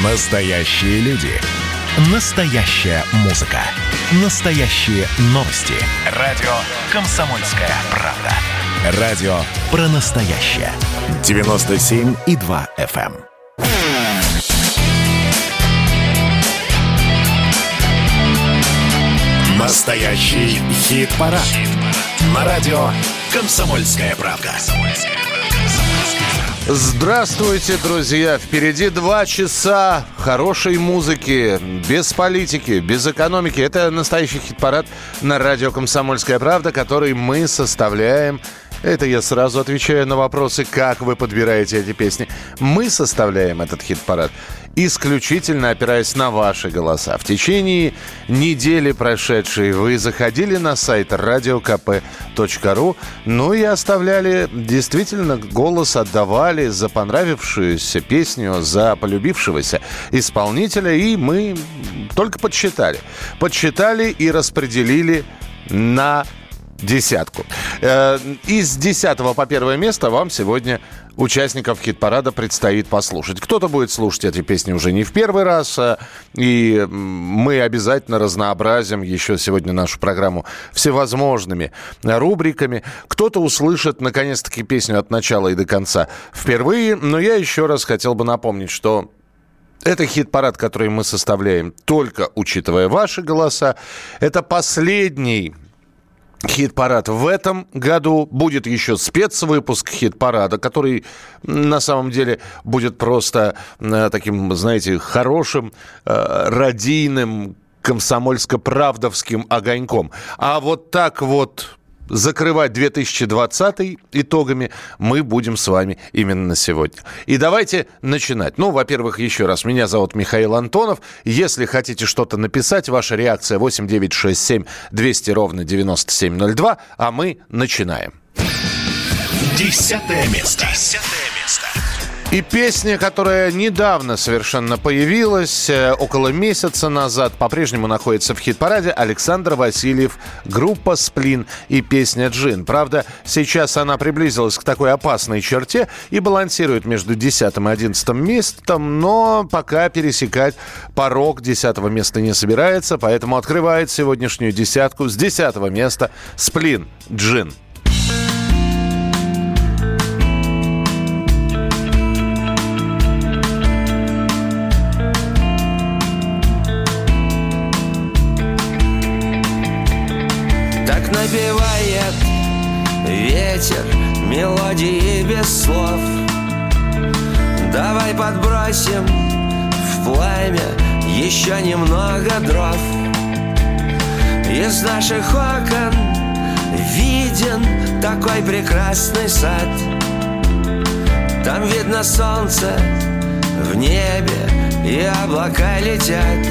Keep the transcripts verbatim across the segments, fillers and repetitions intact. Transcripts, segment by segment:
Настоящие люди. Настоящая музыка. Настоящие новости. Радио «Комсомольская правда». Радио про настоящее. девяносто семь и два эф эм. Настоящий хит-парад. На радио «Комсомольская правда». Здравствуйте, друзья! Впереди два часа хорошей музыки, без политики, без экономики. Это настоящий хит-парад на радио «Комсомольская правда», который мы составляем. Это я сразу отвечаю на вопросы, как вы подбираете эти песни. Мы составляем этот хит-парад, исключительно опираясь на ваши голоса. В течение недели прошедшей вы заходили на сайт радио ка пэ точка ру, ну и оставляли, действительно, голос отдавали за понравившуюся песню, за полюбившегося исполнителя, и мы только подсчитали. Подсчитали и распределили на десятку. Из десятого по первое место вам сегодня участников хит-парада предстоит послушать. Кто-то будет слушать эти песни уже не в первый раз, и мы обязательно разнообразим еще сегодня нашу программу всевозможными рубриками. Кто-то услышит, наконец-таки, песню от начала и до конца впервые, но я еще раз хотел бы напомнить, что это хит-парад, который мы составляем, только учитывая ваши голоса. Это последний хит-парад в этом году. Будет еще спецвыпуск хит-парада, который на самом деле будет просто э, таким, знаете, хорошим, э, радийным, комсомольско-правдовским огоньком. А вот так вот закрывать две тысячи двадцатый итогами мы будем с вами именно сегодня. И давайте начинать. Ну, во-первых, еще раз, меня зовут Михаил Антонов. Если хотите что-то написать, ваша реакция восемь девятьсот шестьдесят семь двести ровно девяносто семь ноль два, а мы начинаем. Десятое место. Десятое место. И песня, которая недавно совершенно появилась, около месяца назад, по-прежнему находится в хит-параде. Александр Васильев, группа «Сплин» и песня «Джин». Правда, сейчас она приблизилась к такой опасной черте и балансирует между десятым и одиннадцатым местом, но пока пересекать порог десятого места не собирается, поэтому открывает сегодняшнюю десятку с десятого места «Сплин», «Джин». Напевает ветер мелодии без слов. Давай подбросим в пламя еще немного дров. Из наших окон виден такой прекрасный сад. Там видно солнце в небе и облака летят.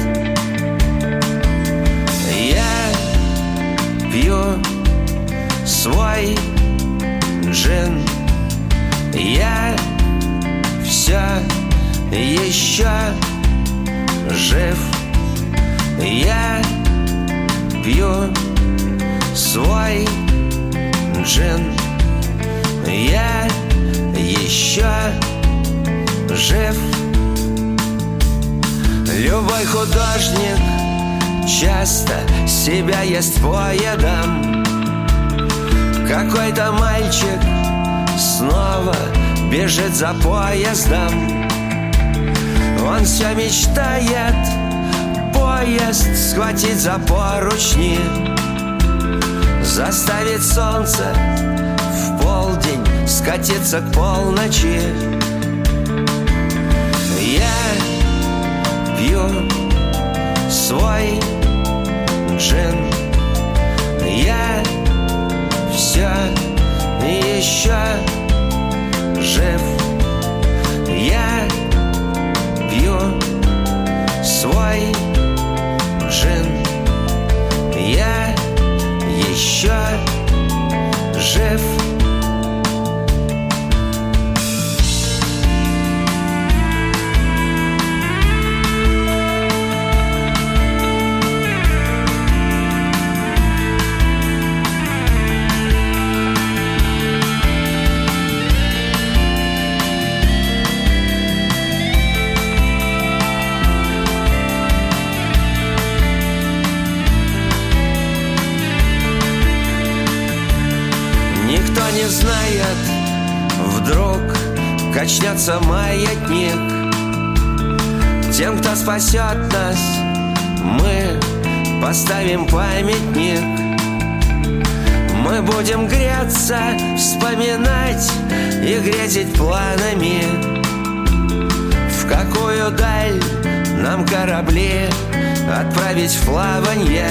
Я пью свой джин. Я все еще жив. Я пью свой джин. Я еще жив. Любой художник часто себя ест поедом. Какой-то мальчик снова бежит за поездом. Он все мечтает поезд схватить за поручни, заставить солнце в полдень скатиться к полночи. Я пью свой джин. Я все еще жив. Я пью свой джин. Я еще жив. качнется маятник. Тем, кто спасет нас, мы поставим памятник. Мы будем греться, вспоминать и грезить планами. В какую даль нам корабли отправить в плаванье.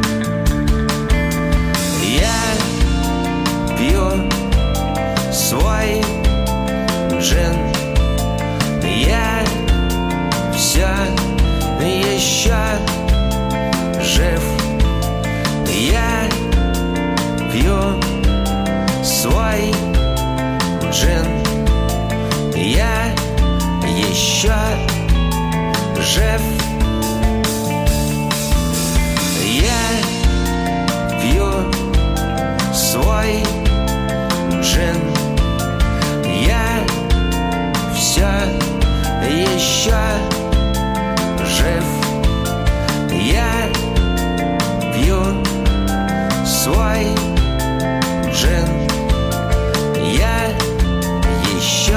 Я пью свой джин. Я все еще жив. Я пью свой джин. Я еще жив. Я пью свой джин. Я все еще жив. Я пью свой джин. Я еще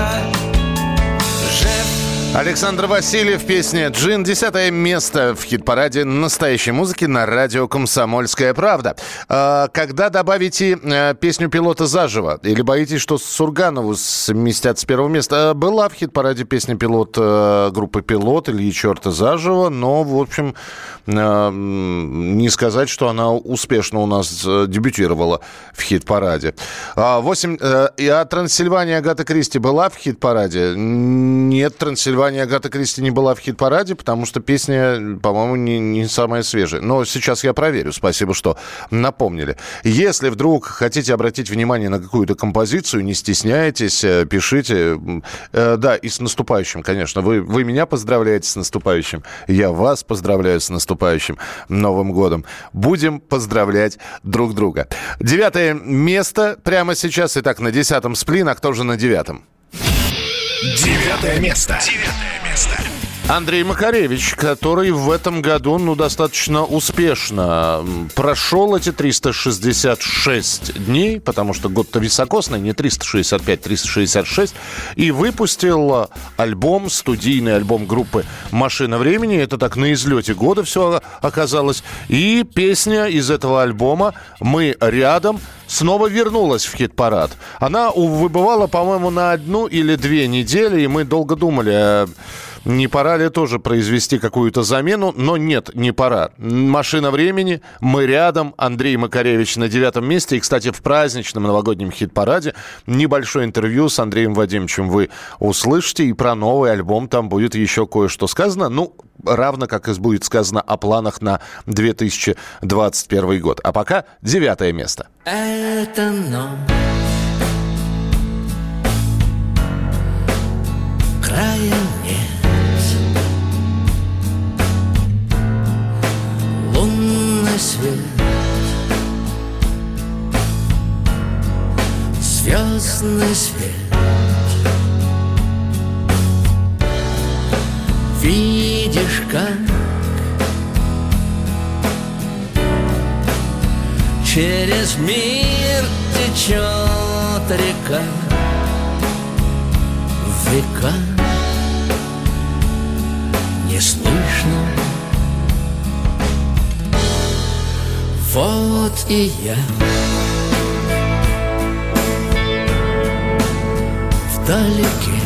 жив. Александр Васильев, песня «Джин». Десятое место в хит-параде настоящей музыки на радио «Комсомольская правда». А, когда добавите а, песню «Пилота» заживо? Или боитесь, что Сурганову сместят с первого места? Была в хит-параде песня «Пилот» а, группы «Пилот» или «Черта» заживо, но, в общем, а, не сказать, что она успешно у нас а, дебютировала в хит-параде. А, восемь, а, а «Трансильвания» Агаты Кристи была в хит-параде? Нет, «Трансильвания» Агата Кристи не была в хит-параде, потому что песня, по-моему, не, не самая свежая. Но сейчас я проверю. Спасибо, что напомнили. Если вдруг хотите обратить внимание на какую-то композицию, не стесняйтесь, пишите. Да, и с наступающим, конечно. Вы, вы меня поздравляете с наступающим. Я вас поздравляю с наступающим Новым годом. Будем поздравлять друг друга. Девятое место прямо сейчас. Итак, на десятом «Сплин». А кто же на девятом? Девятое место. Девятое место. Андрей Макаревич, который в этом году, ну, достаточно успешно прошел эти триста шестьдесят шесть дней, потому что год-то високосный, не триста шестьдесят пять, триста шестьдесят шесть, и выпустил альбом, студийный альбом группы «Машина времени». Это так на излете года все оказалось. И песня из этого альбома «Мы рядом» снова вернулась в хит-парад. Она выбывала, по-моему, на одну или две недели, и мы долго думали, не пора ли тоже произвести какую-то замену, но нет, не пора. «Машина времени», «Мы рядом», Андрей Макаревич на девятом месте. И, кстати, в праздничном новогоднем хит-параде небольшое интервью с Андреем Вадимовичем вы услышите, и про новый альбом там будет еще кое-что сказано. Ну, равно как и будет сказано о планах на две тысячи двадцать первый год. А пока девятое место. Это нам края нет. Лунный свет, звездный свет. Видишь, как через мир течет река, века не слышно. Вот и я вдалеке,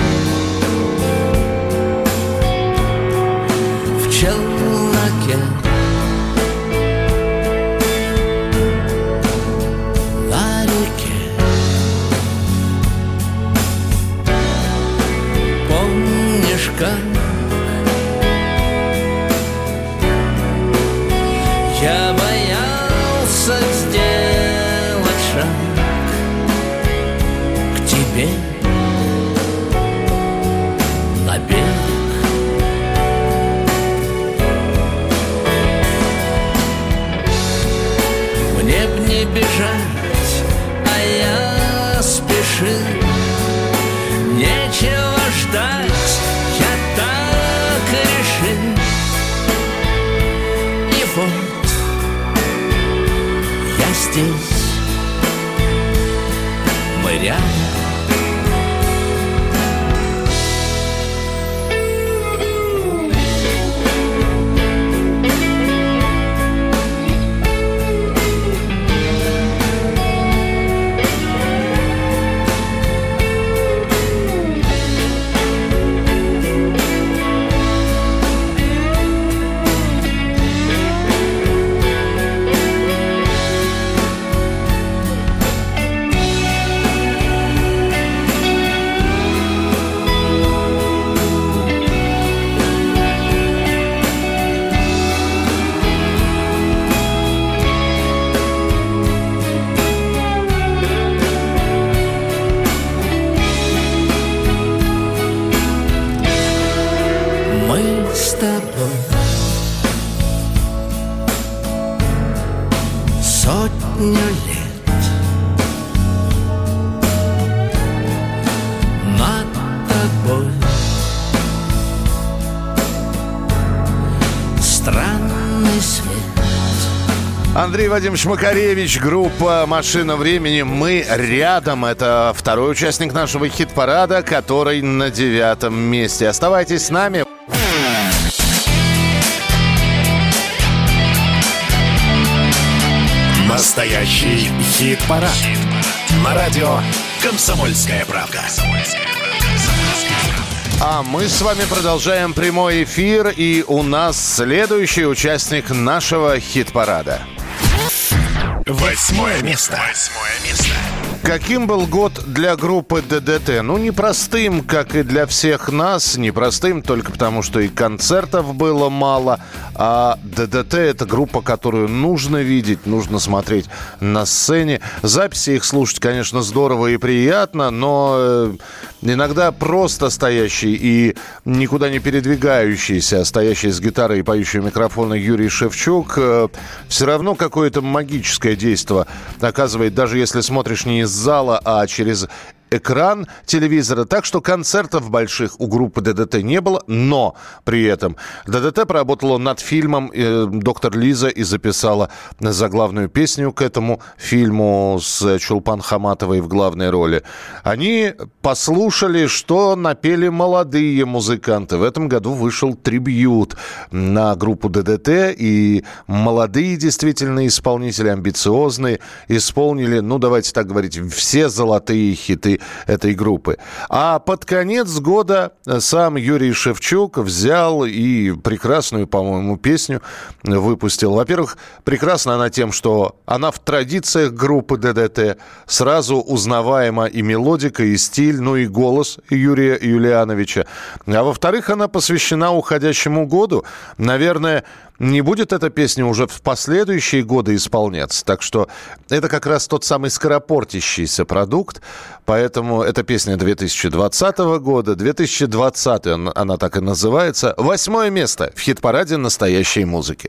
в челноке, на реке. Помнишь, как я боялся сделать шаг к тебе на берег? Мне б не бежать, а я спешил. Нечего ждать, я так решил. И вот я здесь, мы рядом. с тобой сотню лет над тобой странный свет. Андрей Вадимович Макаревич, группа «Машина времени». Мы рядом. Это второй участник нашего хит-парада, который на девятом месте. Оставайтесь с нами. Настоящий хит-парад. Хит-парад. На радио «Комсомольская правда». А мы с вами продолжаем прямой эфир. И у нас следующий участник нашего хит-парада. Восьмое место. Восьмое место. Каким был год для группы ДДТ? Ну, непростым, как и для всех нас. Непростым только потому, что и концертов было мало. А ДДТ — это группа, которую нужно видеть, нужно смотреть на сцене. Записи их слушать, конечно, здорово и приятно, но иногда просто стоящий и никуда не передвигающийся, стоящий с гитарой и поющий у микрофона Юрий Шевчук все равно какое-то магическое действие оказывает, даже если смотришь не из зала, а через экран телевизора. Так что концертов больших у группы ДДТ не было, но при этом ДДТ поработала над фильмом э, «Доктор Лиза» и записала заглавную песню к этому фильму с Чулпан Хаматовой в главной роли. Они послушали, что напели молодые музыканты. В этом году вышел трибьют на группу ДДТ, и молодые действительно исполнители, амбициозные, исполнили, ну давайте так говорить, все золотые хиты этой группы. А под конец года сам Юрий Шевчук взял и прекрасную, по-моему, песню выпустил. Во-первых, прекрасна она тем, что она в традициях группы ДДТ, сразу узнаваема и мелодика, и стиль, ну и голос Юрия Юлиановича. А во-вторых, она посвящена уходящему году. Наверное, не будет эта песня уже в последующие годы исполняться. Так что это как раз тот самый скоропортящийся продукт. Поэтому эта песня две тысячи двадцатого года. две тысячи двадцатый она так и называется. Восьмое место в хит-параде настоящей музыки.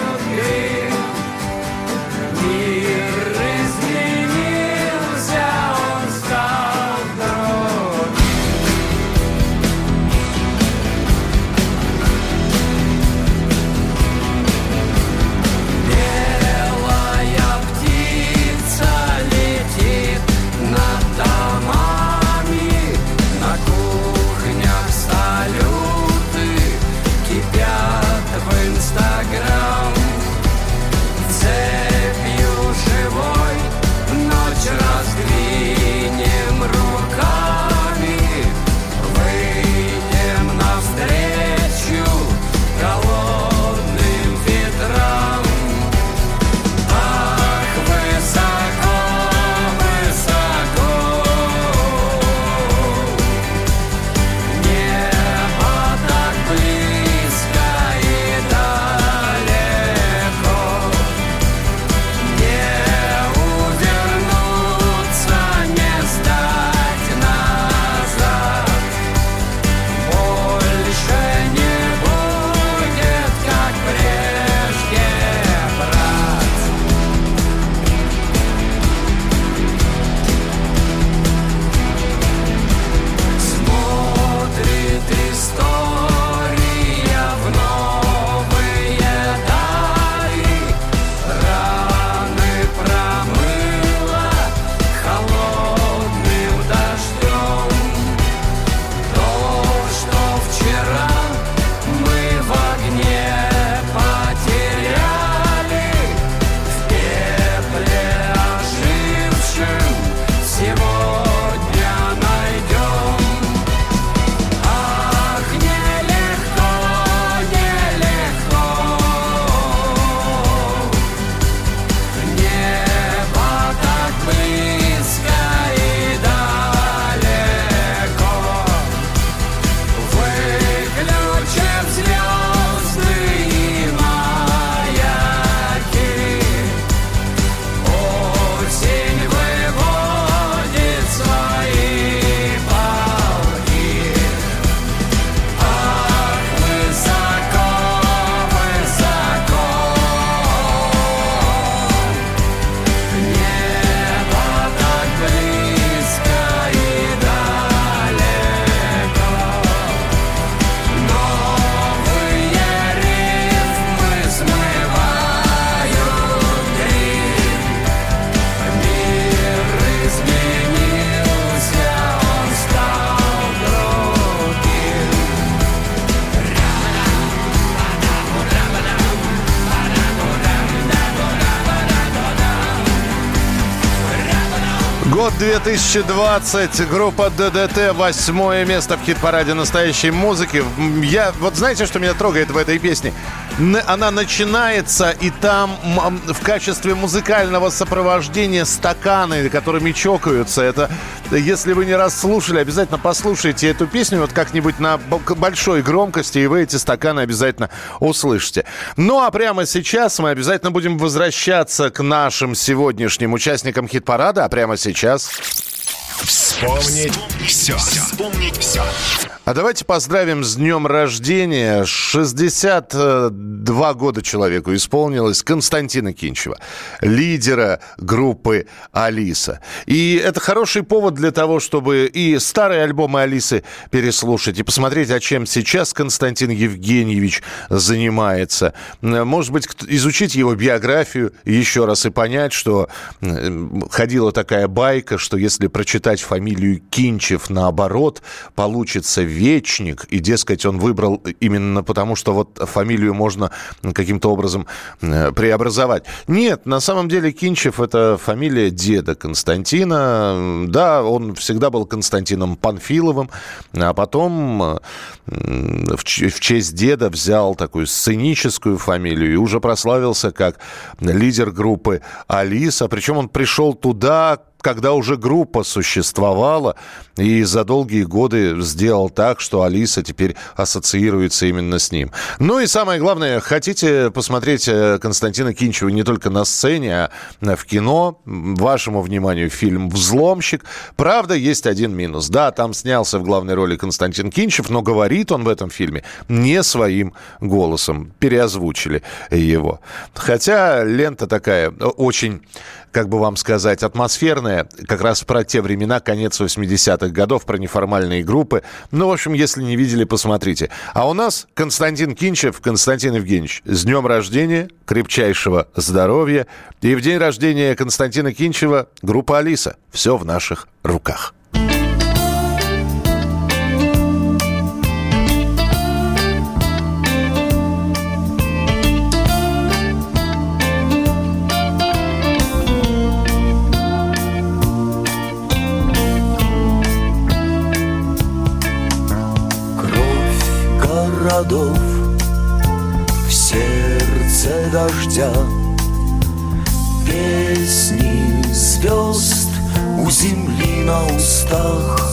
Мир изменился. Год две тысячи двадцать, группа ДДТ, восьмое место в хит-параде настоящей музыки. Я, вот знаете, что меня трогает в этой песне? Она начинается, и там в качестве музыкального сопровождения стаканы, которыми чокаются. Это, если вы не раз слушали, обязательно послушайте эту песню вот как-нибудь на большой громкости, и вы эти стаканы обязательно услышите. Ну, а прямо сейчас мы обязательно будем возвращаться к нашим сегодняшним участникам хит-парада, а прямо сейчас Сейчас. Вспомнить все. Вспомнить все. А давайте поздравим с днем рождения. шестьдесят два года человеку исполнилось, Константина Кинчева, лидера группы «Алиса». И это хороший повод для того, чтобы и старые альбомы «Алисы» переслушать, и посмотреть, о чем сейчас Константин Евгеньевич занимается. Может быть, изучить его биографию еще раз и понять, что ходила такая байка, что если прочитать фамилию Кинчев наоборот, получится Вечник, и, дескать, он выбрал именно потому, что вот фамилию можно каким-то образом преобразовать. Нет, на самом деле Кинчев – это фамилия деда Константина. Да, он всегда был Константином Панфиловым, а потом в честь деда взял такую сценическую фамилию и уже прославился как лидер группы «Алиса». Причем он пришел туда, когда уже группа существовала, и за долгие годы сделал так, что Алиса теперь ассоциируется именно с ним. Ну и самое главное, хотите посмотреть Константина Кинчева не только на сцене, а в кино, вашему вниманию фильм «Взломщик». Правда, есть один минус. Да, там снялся в главной роли Константин Кинчев, но говорит он в этом фильме не своим голосом. Переозвучили его. Хотя лента такая очень, как бы вам сказать, атмосферная, как раз про те времена, конец восьмидесятых годов, про неформальные группы. Ну, в общем, если не видели, посмотрите. А у нас Константин Кинчев. Константин Евгеньевич, с днем рождения, крепчайшего здоровья. И в день рождения Константина Кинчева группа «Алиса». Все в наших руках. Городов в сердце дождя, песни звезд у земли на устах,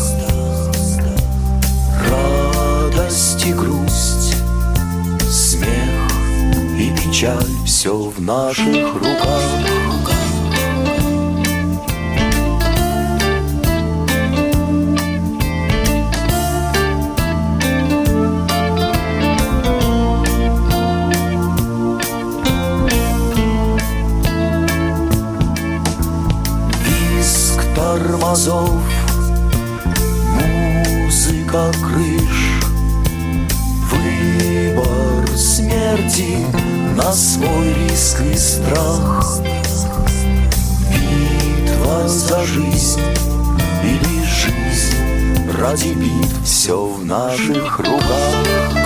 радость и грусть, смех и печаль — все в наших руках. Тормозов, музыка крыш, выбор смерти на свой риск и страх, битва за жизнь или жизнь ради битв — все в наших руках.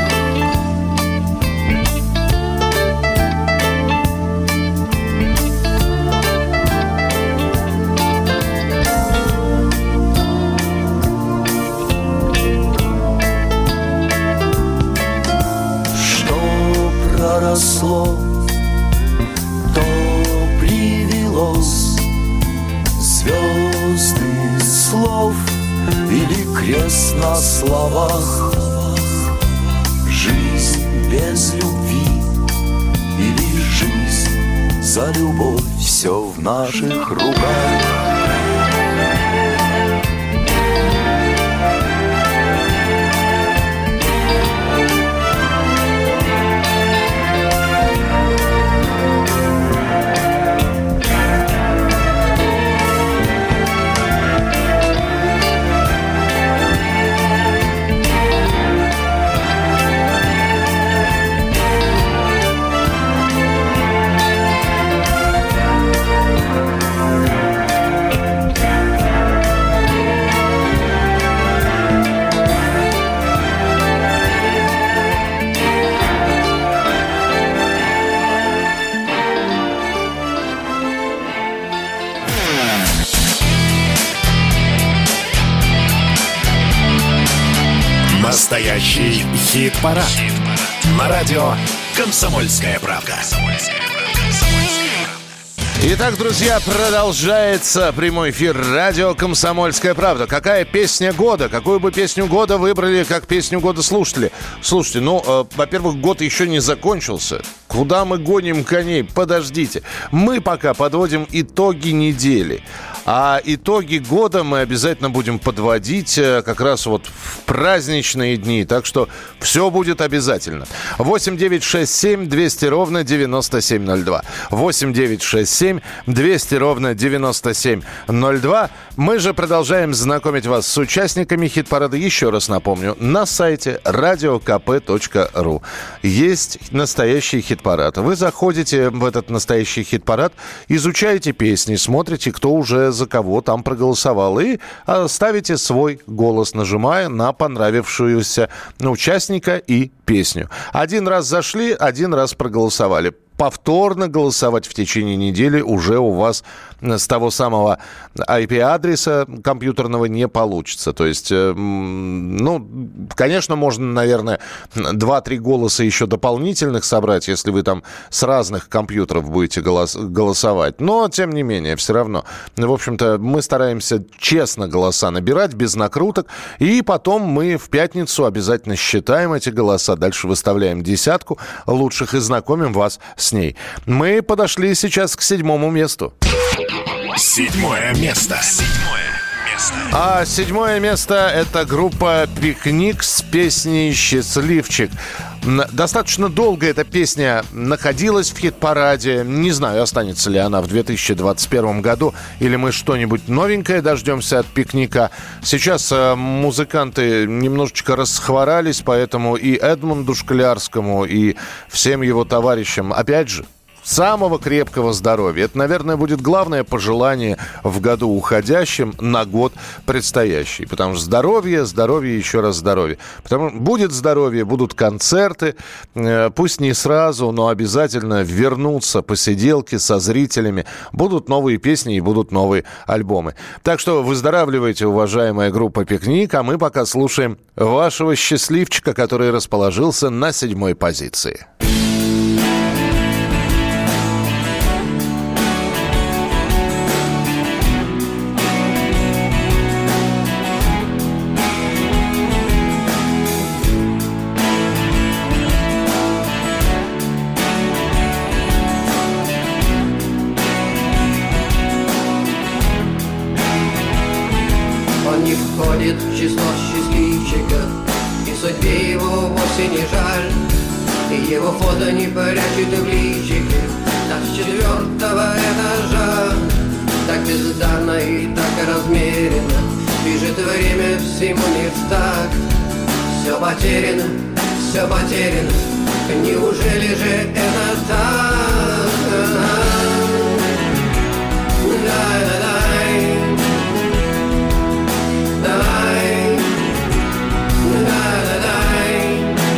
Росло, то привелось, звезды слов или крест на словах, жизнь без любви или жизнь за любовь — все в наших руках. Настоящий хит-парад. Хит-парад. На радио «Комсомольская правда». Итак, друзья, продолжается прямой эфир радио «Комсомольская правда». Какая песня года? Какую бы песню года выбрали как песню года слушатели? Слушайте, ну, э, во-первых, год еще не закончился. Куда мы гоним коней? Подождите. Мы пока подводим итоги недели. А итоги года мы обязательно будем подводить э, как раз вот в праздничные дни. Так что все будет обязательно. восемь девятьсот шестьдесят семь двести ровно девяносто семь ноль два. восемь девятьсот шестьдесят семь двести ровно девяносто семь ноль два. Мы же продолжаем знакомить вас с участниками хит-парада. Еще раз напомню, на сайте радио ка пэ точка ру есть настоящий хит-парад. Вы заходите в этот настоящий хит-парад, изучаете песни, смотрите, кто уже за кого там проголосовал, и ставите свой голос, нажимая на понравившуюся участника и песню. Один раз зашли, один раз проголосовали. Повторно голосовать в течение недели уже у вас с того самого ай пи-адреса компьютерного не получится. То есть, ну, конечно, можно, наверное, два-три голоса еще дополнительных собрать, если вы там с разных компьютеров будете голос- голосовать. Но, тем не менее, все равно. В общем-то, мы стараемся честно голоса набирать, без накруток. И потом мы в пятницу обязательно считаем эти голоса. Дальше выставляем десятку лучших и знакомим вас с ней. Мы подошли сейчас к седьмому месту. Седьмое место. Седьмое место. А седьмое место – это группа «Пикник» с песней «Счастливчик». Достаточно долго эта песня находилась в хит-параде. Не знаю, останется ли она в две тысячи двадцать первом году, или мы что-нибудь новенькое дождемся от «Пикника». Сейчас э, музыканты немножечко расхворались, поэтому и Эдмунду Шклярскому, и всем его товарищам, опять же, самого крепкого здоровья. Это, наверное, будет главное пожелание в году уходящем на год предстоящий. Потому что здоровье, здоровье, еще раз здоровье. Потому что будет здоровье, будут концерты. Пусть не сразу, но обязательно вернутся посиделки со зрителями. Будут новые песни и будут новые альбомы. Так что выздоравливайте, уважаемая группа «Пикник». А мы пока слушаем вашего счастливчика, который расположился на седьмой позиции. В число счастливчиков, и судьбе его вовсе не жаль, и его фото не прячет в личике, так с четвертого этажа. Так бездарно и так размеренно бежит время всему не так. Все потеряно, все потеряно, неужели же это так? Дай-дай-дай, дай, дай-дай-дай.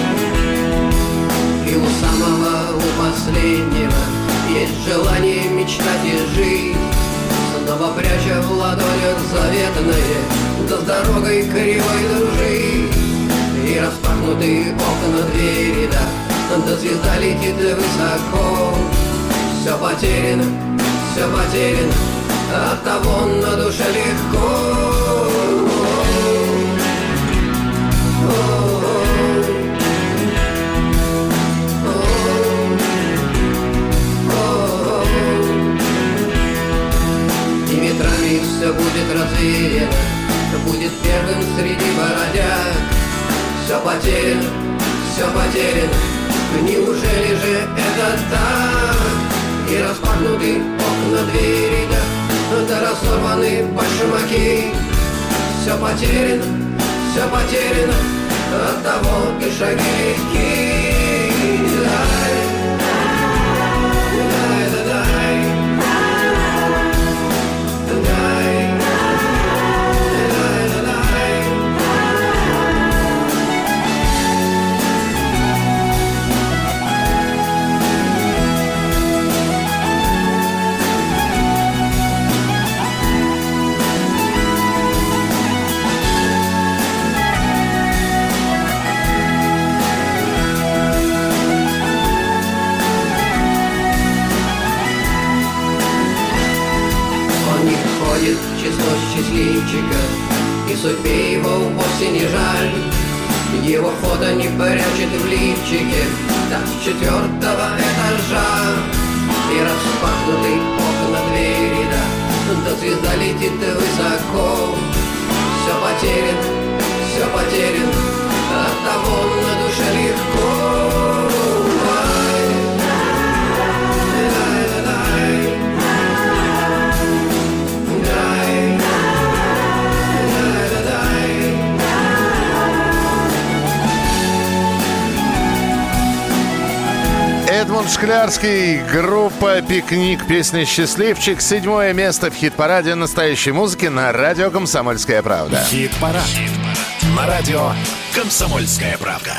И у самого, у последнего есть желание мечтать и жить, снова пряча в ладонях заветное, да с дорогой кривой дружить. И распахнутые окна двери, да, да звезда летит высоко. Все потеряно, все потеряно, оттого на душе легко. И метрами все будет развеяно, будет первым среди бородяг. Все потеряно, все потеряно, неужели же это так? И распахнуты окна двери, да, да разорваны башмаки. Все потеряно, все потеряно, оттого и шаги легки. Дай, дай, дай, дай, дай, дай, дай. счастливчика, и судьбе его вовсе не жаль. Его фото не прячет в лифчике до четвертого этажа. И распахнуты окна двери, да, да звезда летит высоко. Все потерян, все потерян, оттого на душе легко. Эдмунд Шклярский, группа «Пикник», песня «Счастливчик». Седьмое место в хит-параде настоящей музыки на радио «Комсомольская правда». Хит-парад. На радио «Комсомольская правда».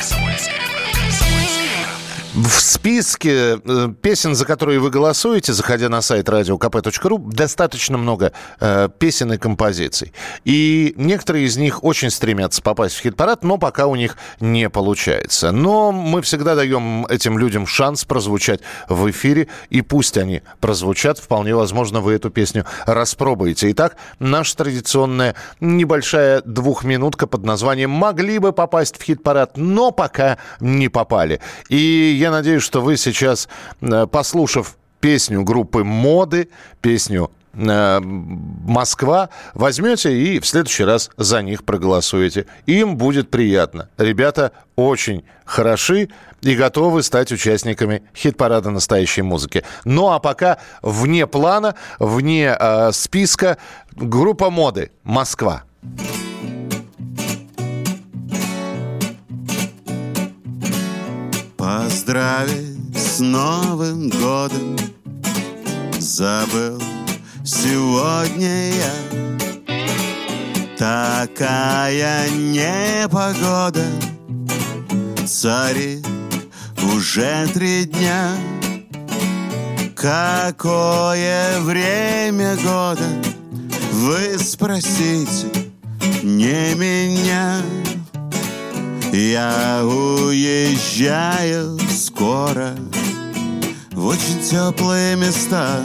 В списке э, песен, за которые вы голосуете, заходя на сайт радио ка пэ точка ру, достаточно много э, песен и композиций. И некоторые из них очень стремятся попасть в хит-парад, но пока у них не получается. Но мы всегда даем этим людям шанс прозвучать в эфире, и пусть они прозвучат. Вполне возможно, вы эту песню распробуете. Итак, наша традиционная небольшая двухминутка под названием «Могли бы попасть в хит-парад, но пока не попали». И я надеюсь, что вы сейчас, послушав песню группы «Моды», песню «Москва», возьмете и в следующий раз за них проголосуете. Им будет приятно. Ребята очень хороши и готовы стать участниками хит-парада настоящей музыки. Ну а пока вне плана, вне э, списка группа «Моды», «Москва». Поздравить с Новым годом забыл сегодня я. Такая непогода царит уже три дня. Какое время года, вы спросите не меня. Я уезжаю скоро в очень теплые места.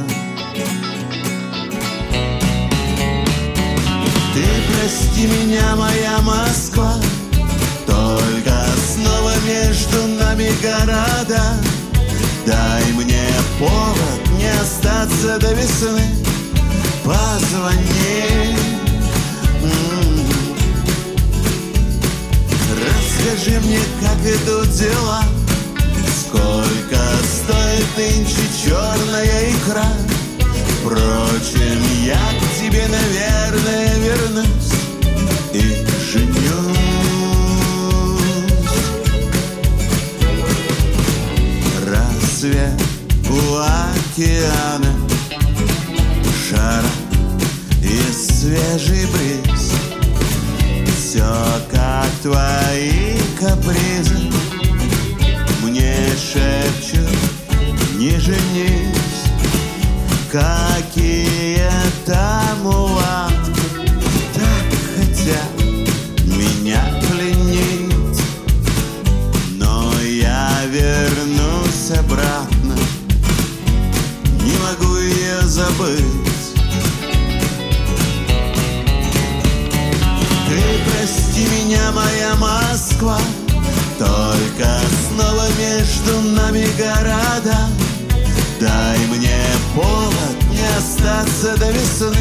Ты прости меня, моя Москва, только снова между нами города. Дай мне повод не остаться до весны. Позвони. Расскажи мне, как идут дела, сколько стоит нынче черная икра. Впрочем, я к тебе, наверное, вернусь и женюсь. Рассвет у океана, жара и свежий бриз. Все как твои капризы мне шепчут, не женись. Какие там у вас так хотят меня пленить, но я вернусь обратно, не могу ее забыть. Ты прости меня, моя Москва, только снова между нами города. Дай мне повод не остаться до весны.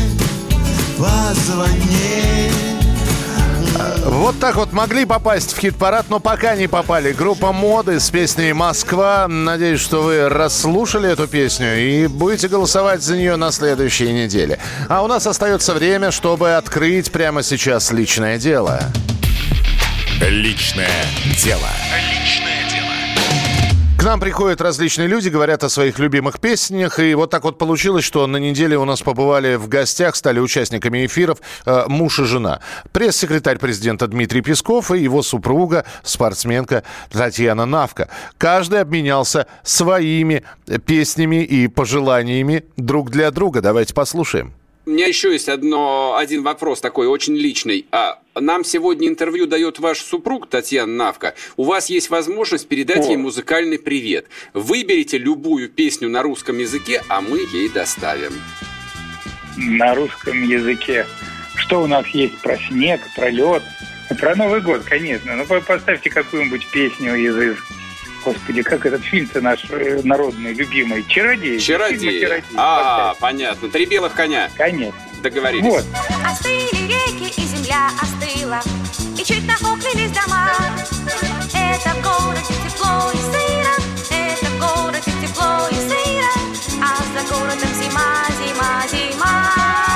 Позвони. Вот так вот могли попасть в хит-парад, но пока не попали. Группа «Моды» с песней «Москва». Надеюсь, что вы расслушали эту песню и будете голосовать за нее на следующей неделе. А у нас остается время, чтобы открыть прямо сейчас личное дело. Личное дело. Личное дело. К нам приходят различные люди, говорят о своих любимых песнях. И вот так вот получилось, что на неделе у нас побывали в гостях, стали участниками эфиров э, муж и жена. Пресс-секретарь президента Дмитрий Песков и его супруга, спортсменка Татьяна Навка. Каждый обменялся своими песнями и пожеланиями друг для друга. Давайте послушаем. У меня еще есть одно, один вопрос такой очень личный. А нам сегодня интервью дает ваш супруг Татьяна Навка. У вас есть возможность передать О. ей музыкальный привет. Выберите любую песню на русском языке, а мы ей доставим. На русском языке. что у нас есть про снег, про лед. Про Новый год, конечно. Ну, поставьте какую-нибудь песню из... Господи, как этот фильм-то наш народный, любимый. «Чародей». «Чародей». «Чародей». А, понятно. «Три белых коня». Конечно. Договорились. Вот. Остыли реки, и земля остыла, и чуть нахохлились дома. Это в городе тепло и сыро, это в городе тепло и сыро, а за городом зима, зима, зима.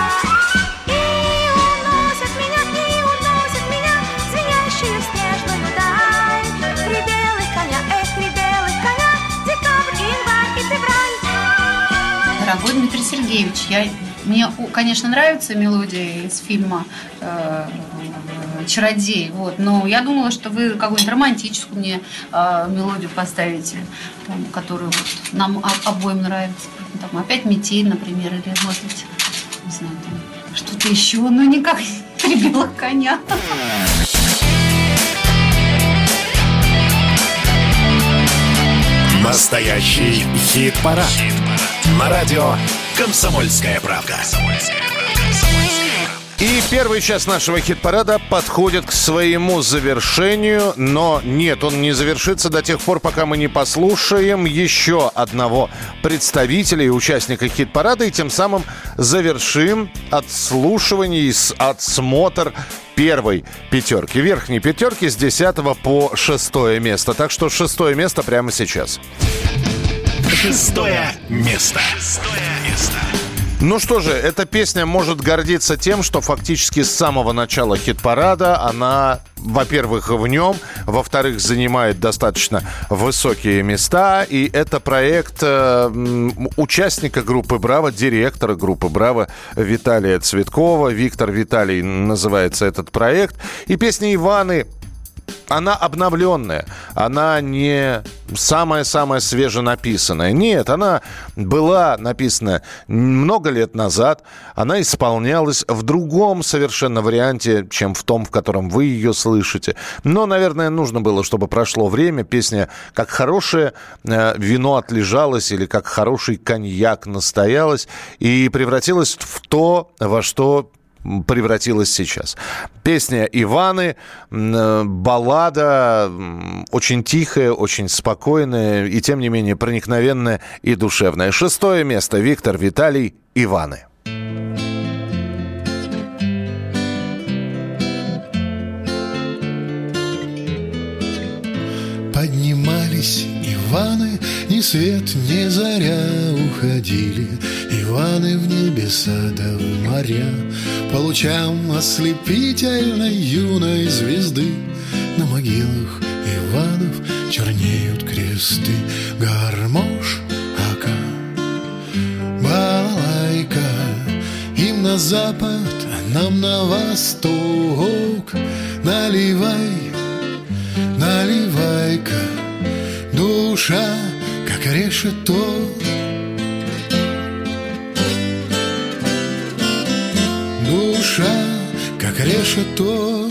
И уносят меня, и уносят меня звенящую снежную даль. Три белых коня, эх, три белых коня, декабрь, январь и февраль. Дорогой Дмитрий Сергеевич, я... Мне, конечно, нравится мелодия из фильма э, «Чародей», вот, но я думала, что вы какую-нибудь романтическую мне э, мелодию поставите, там, которую вот, нам обоим нравится. Там, опять «Метель», например, или, может быть, не знаю, там, что-то еще, но никак «Три белых коня». Настоящий хит-парад. Хит-парад. На радио «Комсомольская правда». И первый час нашего хит-парада подходит к своему завершению, но нет, он не завершится до тех пор, пока мы не послушаем еще одного представителя и участника хит-парада, и тем самым завершим отслушивание и отсмотр первой пятерки, верхней пятерки с десятого по шестое место. Так что шестое место прямо сейчас. Шестое место. Шестое место. Ну что же, эта песня может гордиться тем, что фактически с самого начала хит-парада она, во-первых, в нем, во-вторых, занимает достаточно высокие места. И это проект э, участника группы «Браво», директора группы «Браво» Виталия Цветкова. «Виктор Виталий» называется этот проект. И песня «Иваны», она обновленная, она не самая-самая свеженаписанная. Нет, она была написана много лет назад, она исполнялась в другом совершенно варианте, чем в том, в котором вы ее слышите. Но, наверное, нужно было, чтобы прошло время, песня как хорошее э, вино отлежалась или как хороший коньяк настоялась и превратилась в то, во что превратилась сейчас. Песня «Иваны», баллада, очень тихая, очень спокойная и, тем не менее, проникновенная и душевная. Шестое место. Виктор Виталий, «Иваны». Поднимались Иваны, ни свет, ни заря уходили. Иваны в небеса да в моря, по лучам ослепительной юной звезды. На могилах Иванов чернеют кресты. Гармош, ака, балалайка, им на запад, а нам на восток. Наливай, наливай-ка, душа, как решето. Душа, как решето.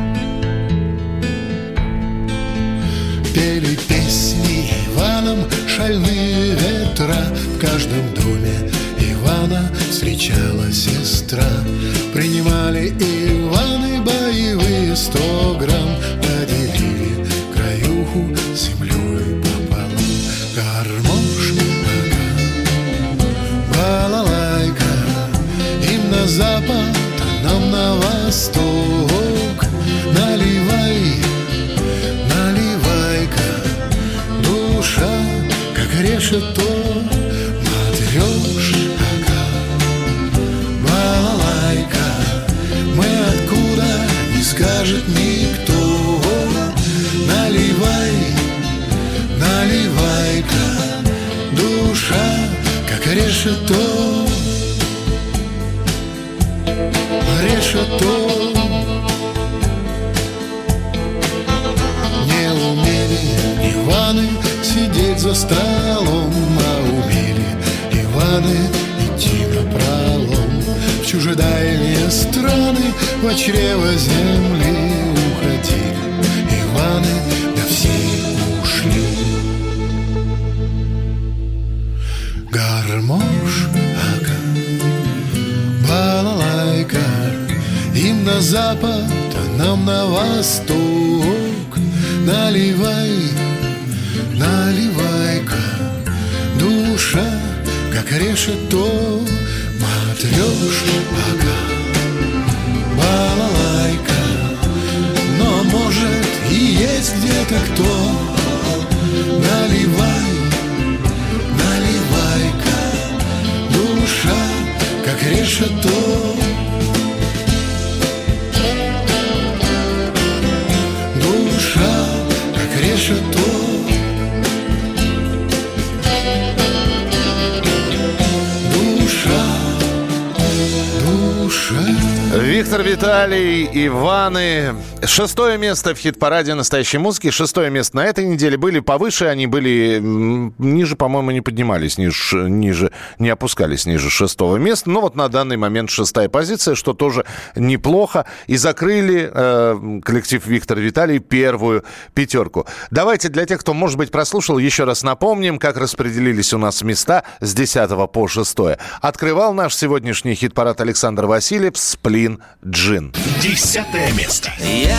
Пели песни Иванам шальные ветра. В каждом доме Ивана встречала сестра. Принимали Иваны боевые сто грамм, поделили краюху землей пополам. Гармош, балалайка, им на запад, а нам на восток. Наливай, наливай-ка, душа, как решето. Матрёшка, балалайка, мы откуда, не скажет никто. Наливай, наливай-ка, душа, как решето. Решето. Не умели Иваны сидеть за столом, а умели Иваны идти напролом. В чужедальние страны, во чрево земли уходили Иваны, да все ушли. Гармош, ака, балалайка, на запад, а нам на восток. Наливай, наливай-ка, душа, как решето, матрёшка пока, балалайка. Но может и есть где-то кто. Наливай, наливай-ка, душа, как решето. Душа, как решето. Душа, душа. Виктор Виталий, Иваны. Шестое место в хит-параде настоящей музыки. Шестое место на этой неделе. Были повыше, они были ниже, по-моему, не поднимались, ниже, ниже, не опускались ниже шестого места. Но вот на данный момент шестая позиция, что тоже неплохо. И закрыли э, коллектив Виктор Виталий первую пятерку. Давайте для тех, кто, может быть, прослушал, еще раз напомним, как распределились у нас места с десятого по шестое. Открывал наш сегодняшний хит-парад Александр Васильев «Сплин Джин». Десятое место.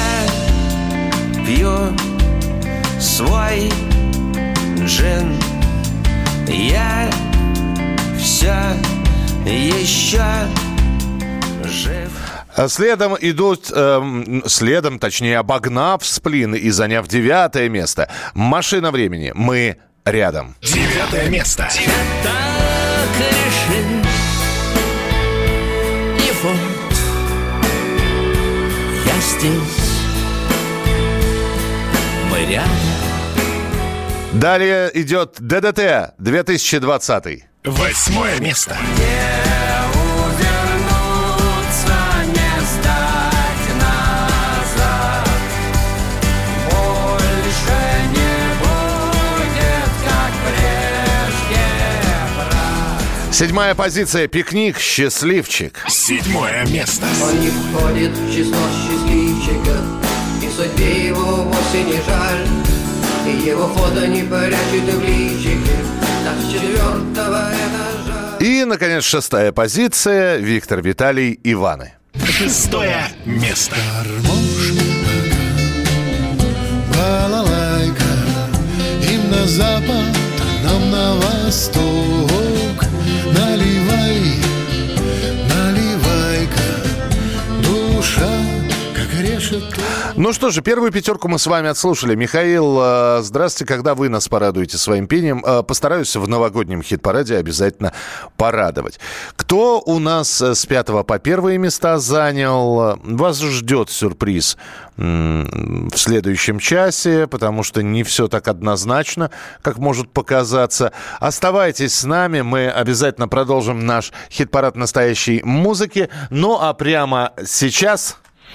Я пью свой джин. Я все еще жив. Следом идут, э, следом, точнее, обогнав «Сплин» и заняв девятое место. «Машина времени». Мы рядом. Девятое место. Так решил. И вот я здесь. Мы рядом. Далее идет ДДТ две тысячи двадцатый. Восьмое место. Седьмая позиция. «Пикник. Счастливчик». Седьмое место. Он не входит в число счастливчиков, и судьбе его вовсе не жаль, и его фото не прячет в личике, так с четвертого этажа. И, наконец, шестая позиция. Виктор Виталий, Иваны. Шестое место. Балалайка, им на запад, а нам на восток. Наливай, наливай-ка, душа, как решето. Ну что же, первую пятерку мы с вами отслушали. Михаил, здравствуйте. Когда вы нас порадуете своим пением? Постараюсь в новогоднем хит-параде обязательно порадовать. Кто у нас с пятого по первые места занял? Вас ждет сюрприз в следующем часе, потому что не все так однозначно, как может показаться. Оставайтесь с нами, мы обязательно продолжим наш хит-парад настоящей музыки. Ну а прямо сейчас...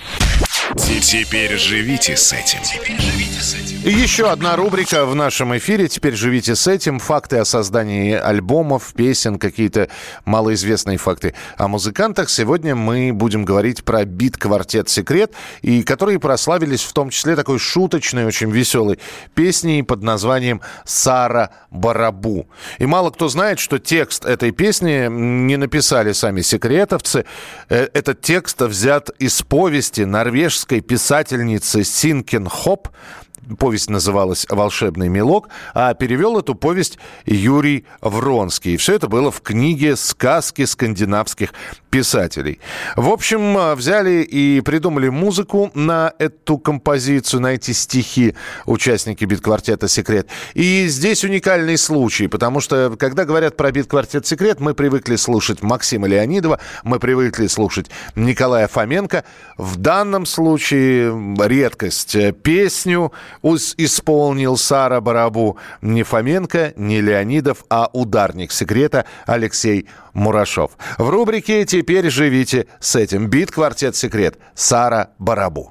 Теперь живите с этим. И еще одна рубрика в нашем эфире. Теперь живите с этим. Факты о создании альбомов, песен, какие-то малоизвестные факты о музыкантах. Сегодня мы будем говорить про бит-квартет «Секрет», и которые прославились в том числе такой шуточной, очень веселой песней под названием «Сара Барабу». И мало кто знает, что текст этой песни не написали сами секретовцы. Этот текст взят из повести норвежской писательницы Синкен Хоп. Повесть называлась «Волшебный мелок», а перевел эту повесть Юрий Вронский. И все это было в книге «Сказки скандинавских писателей». В общем, взяли и придумали музыку на эту композицию, на эти стихи участники бит-квартета «Секрет». И здесь уникальный случай, потому что, когда говорят про бит-квартет «Секрет», мы привыкли слушать Максима Леонидова, мы привыкли слушать Николая Фоменко. В данном случае редкость. Песню исполнил Сара Барабу не Фоменко, не Леонидов, а ударник «Секрета» Алексей Мурашов. В рубрике «Теперь живите с этим». Бит-квартет «Секрет». Сара Барабу.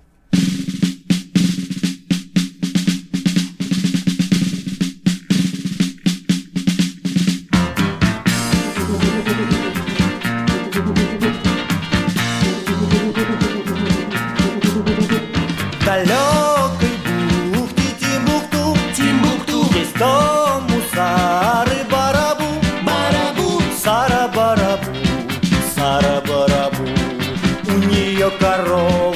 Корова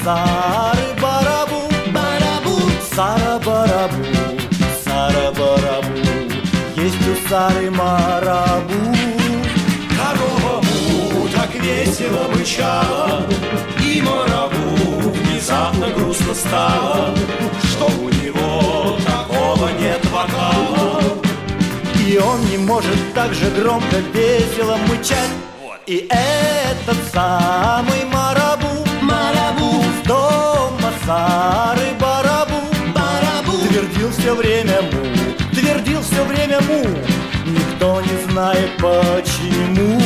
сары-барабу, барабу, сара-барабу, сара-барабу, есть у Сары марабу. Корова му так весело мычала, и марабу внезапно грустно стало, что у него такого нет вокала. И он не может так же громко, весело мычать. И этот самый марабу, марабу, с дома сары-барабу, барабу, твердил все время му, твердил все время му. Никто не знает почему.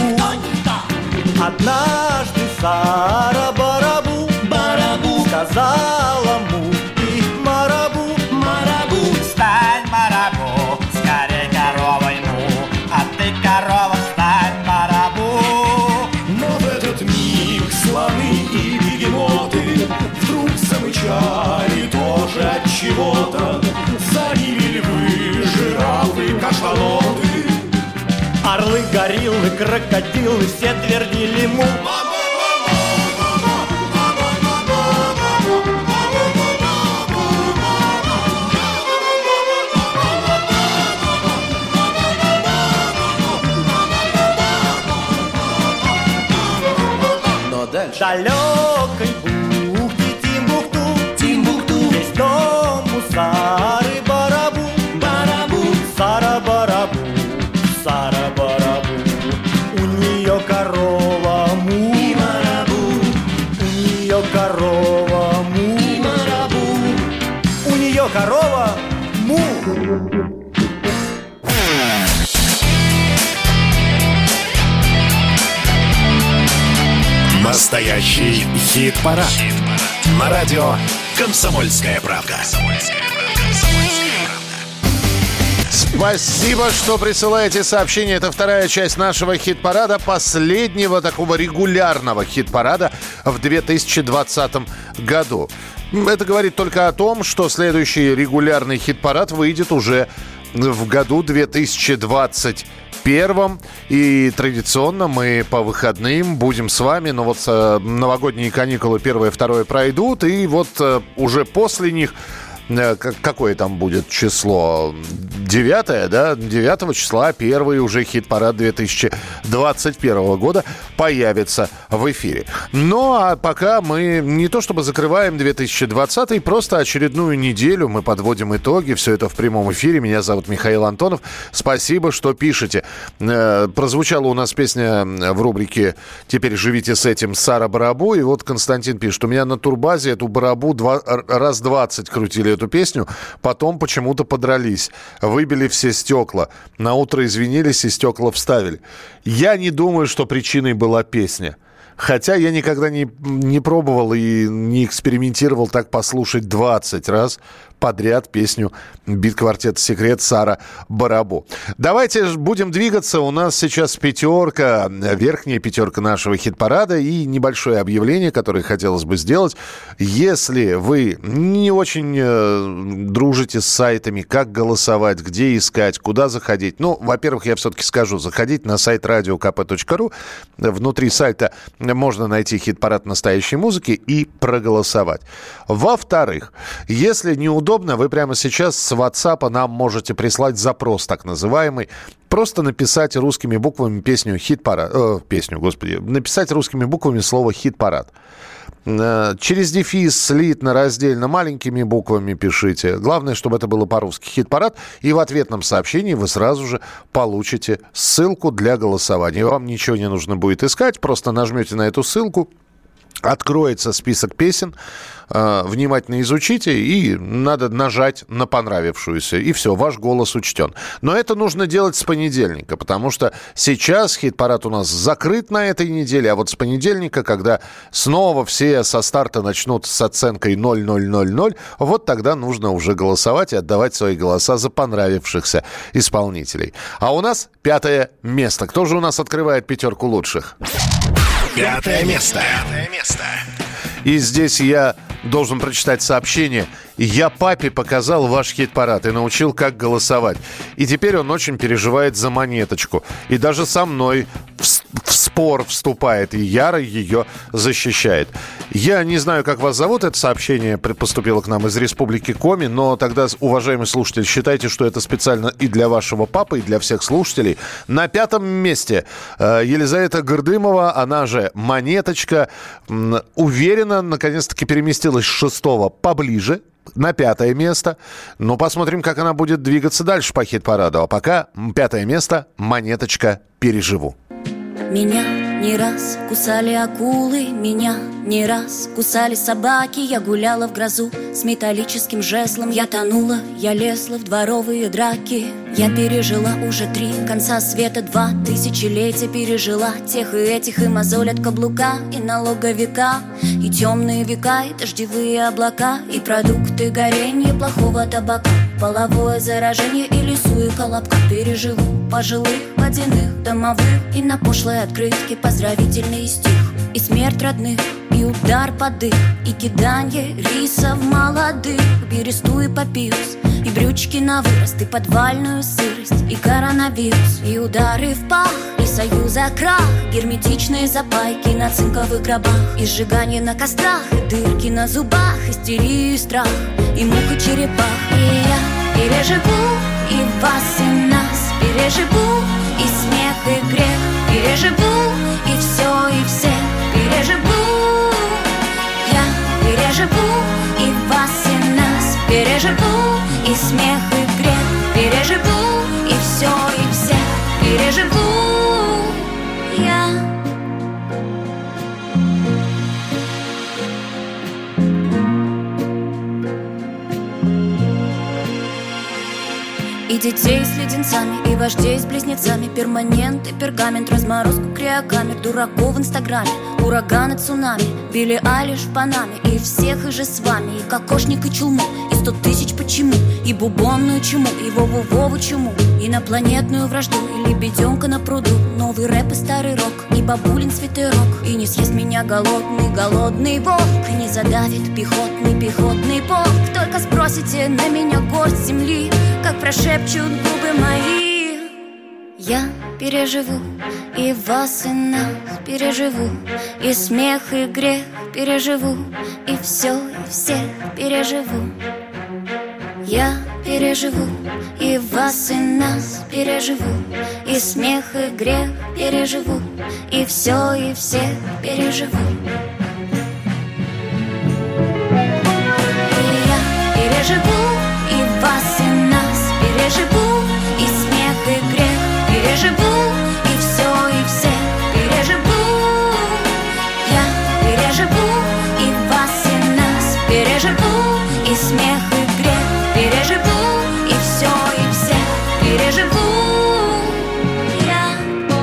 Однажды Сара-барабу, барабу, сказала му и марабу, марабу, стань марабу, скорей коровой му, а ты корова, стань марабу. Но в этот миг слоны и бегемоты вдруг замычали тоже от чего-то. За ними львы, жирафы, кашалоты. Орлы, гориллы, крокодилы все твердили му. Но дальше Далекой бухте Тимбукту, Тимбукту, есть дом у Сары-барабу, барабу, Сара-барабу, Сара-барабу. У нее корова му, и марабу, у нее корова му, и марабу, у нее корова му. Настоящий хит-парад. Хит-парад. На радио «Комсомольская правда». Спасибо, что присылаете сообщения. Это вторая часть нашего хит-парада, последнего такого регулярного хит-парада в две тысячи двадцатом году. Это говорит только о том, что следующий регулярный хит-парад выйдет уже в году две тысячи двадцать первом. И традиционно мы по выходным будем с вами. Но вот э, новогодние каникулы первое, второе пройдут. И вот э, уже после них... Какое там будет число? Девятое, да? Девятого числа первый уже хит-парад две тысячи двадцать первого года появится в эфире. Ну, а пока мы не то чтобы закрываем две тысячи двадцатый, просто очередную неделю мы подводим итоги. Все это в прямом эфире. Меня зовут Михаил Антонов. Спасибо, что пишете. Прозвучала у нас песня в рубрике «Теперь живите с этим» Сара Барабу. И вот Константин пишет: у меня на турбазе эту Барабу два, раз двадцать крутили эту песню, потом почему-то подрались, выбили все стекла, на утро извинились и стекла вставили. Я не думаю, что причиной была песня. Хотя я никогда не, не пробовал и не экспериментировал так послушать двадцать раз подряд песню бит-квартета «Секрет» Сара Барабу. Давайте будем двигаться. У нас сейчас пятерка, верхняя пятерка нашего хит-парада и небольшое объявление, которое хотелось бы сделать. Если вы не очень э, дружите с сайтами, как голосовать, где искать, куда заходить. Ну, во-первых, я все-таки скажу, заходите на сайт радио ка пэ точка ру. Внутри сайта можно найти хит-парад настоящей музыки и проголосовать. Во-вторых, если неудобно, вы прямо сейчас с WhatsApp нам можете прислать запрос, так называемый. Просто написать русскими буквами песню «Хит-парад». Э, песню, господи. Написать русскими буквами слово «Хит-парад». Э, через дефис, слитно, раздельно, маленькими буквами пишите. Главное, чтобы это было по-русски. «Хит-парад». И в ответном сообщении вы сразу же получите ссылку для голосования. Вам ничего не нужно будет искать. Просто нажмете на эту ссылку. Откроется список песен, э, внимательно изучите, и надо нажать на понравившуюся. И все, ваш голос учтен. Но это нужно делать с понедельника, потому что сейчас хит-парад у нас закрыт на этой неделе, а вот с понедельника, когда снова все со старта начнут с оценкой ноль ноль ноль ноль, вот тогда нужно уже голосовать и отдавать свои голоса за понравившихся исполнителей. А у нас пятое место. Кто же у нас открывает пятерку лучших? Пятое место. Пятое место. И здесь я должен прочитать сообщение. Я папе показал ваш хит-парад и научил, как голосовать. И теперь он очень переживает за монеточку. И даже со мной в спор вступает и яро ее защищает. Я не знаю, как вас зовут. Это сообщение поступило к нам из Республики Коми, но тогда, уважаемый слушатель, считайте, что это специально и для вашего папы, и для всех слушателей. На пятом месте Елизавета Гордымова, она же Монеточка, уверенно, наконец-таки переместилась с шестого поближе на пятое место. Но посмотрим, как она будет двигаться дальше по хит-параду. А пока пятое место «Монеточка. Переживу». Меня не раз кусали акулы, меня не раз кусали собаки. Я гуляла в грозу с металлическим жезлом. Я тонула, я лезла в дворовые драки. Я пережила уже три конца света, два тысячелетия. Пережила тех и этих, и мозоль от каблука, и налоговика, и темные века, и дождевые облака, и продукты горения плохого табака, половое заражение и лесу и колобка. Переживу пожилых, водяных, домовых, и на пошлой открытке поздравительный стих, и смерть родных, и удар под дых, и киданье рисов молодых, бересту и папирус, и брючки на вырост, и подвальную сырость, и коронавирус, и удары в пах, и союза крах, герметичные запайки на цинковых гробах, и сжигание на кострах, и дырки на зубах, истерию и страх, и мук и черепах. И я переживу и вас, и нас, переживу и смех, и грех, переживу и все, и всех, переживу. Я переживу и вас, и нас, переживу и смех, и грех, переживу и все, и всех, переживу я. И детей с леденцами, и вождей с близнецами, перманент и пергамент, разморозку криокамер, дураков в инстаграме, ураганы, цунами, Билли Айлиш в Панаме, и всех и же с вами, и кокошник, и чулму, и сто тысяч почему, и бубонную чуму, и Вову-Вову чуму, инопланетную вражду, и лебеденка на пруду, новый рэп и старый рок, и бабулин свитерок, и не съест меня голодный, голодный волк, и не задавит пехотный, пехотный полк. Только спросите на меня горсть земли, как прошепчут губы мои. Я переживу и вас, и нас переживу, и смех, и грех переживу, и все, и всех переживу. Я переживу и вас, и нас переживу, и смех, и грех переживу, и все, и всех переживу. И я переживу и вас, и нас переживу, и смех, и грех переживу, и все, и всех переживу. Я переживу и вас, и нас переживу, и смех, и грех переживу, и все, и всех переживу я.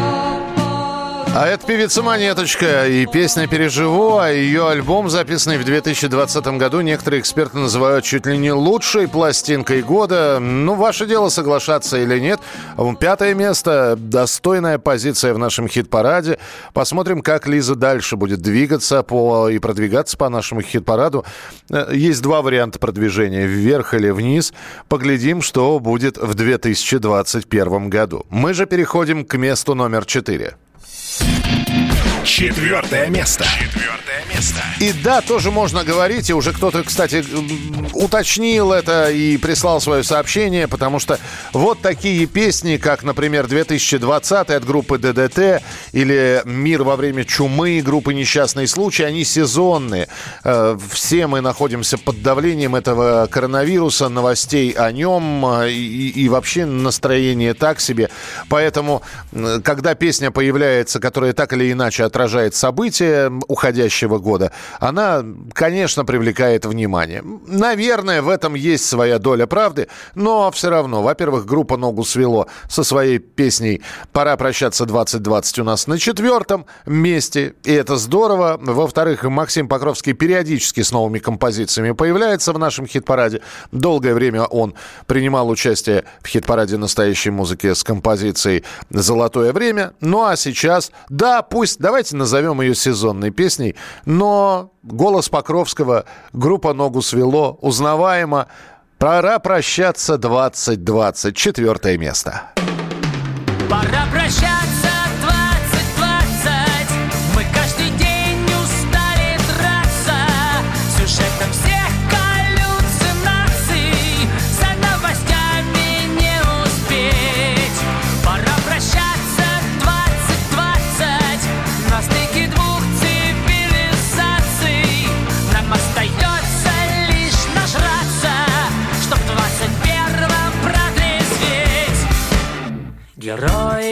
А это певица Монеточка и песня «Переживу», а ее альбом, записанный в две тысячи двадцатом году, некоторые эксперты называют чуть ли не лучшей пластинкой года. Ну, ваше дело, соглашаться или нет. Пятое место, достойная позиция в нашем хит-параде. Посмотрим, как Лиза дальше будет двигаться по, и продвигаться по нашему хит-параду. Есть два варианта продвижения, вверх или вниз. Поглядим, что будет в две тысячи двадцать первом году. Мы же переходим к месту номер четыре. Четвертое место. Четвертое место. И да, тоже можно говорить, и уже кто-то, кстати, уточнил это и прислал свое сообщение, потому что вот такие песни, как, например, две тысячи двадцатый от группы ДДТ или «Мир во время чумы» группы «Несчастный случай», они сезонные. Все мы находимся под давлением этого коронавируса, новостей о нем, и, и вообще настроение так себе. Поэтому, когда песня появляется, которая так или иначе отражает события уходящего года, она, конечно, привлекает внимание. Наверное, в этом есть своя доля правды, но все равно, во-первых, группа «Ногу свело» со своей песней «Пора прощаться двадцать двадцать» у нас на четвертом месте, и это здорово. Во-вторых, Максим Покровский периодически с новыми композициями появляется в нашем хит-параде. Долгое время он принимал участие в хит-параде настоящей музыки с композицией «Золотое время». Ну а сейчас, да, пусть, давайте назовем ее сезонной песней, но голос Покровского, группа «Ногу свело», узнаваемо. «Пора прощаться двадцать двадцать», четвертое место. Пора прощаться двадцать двадцать.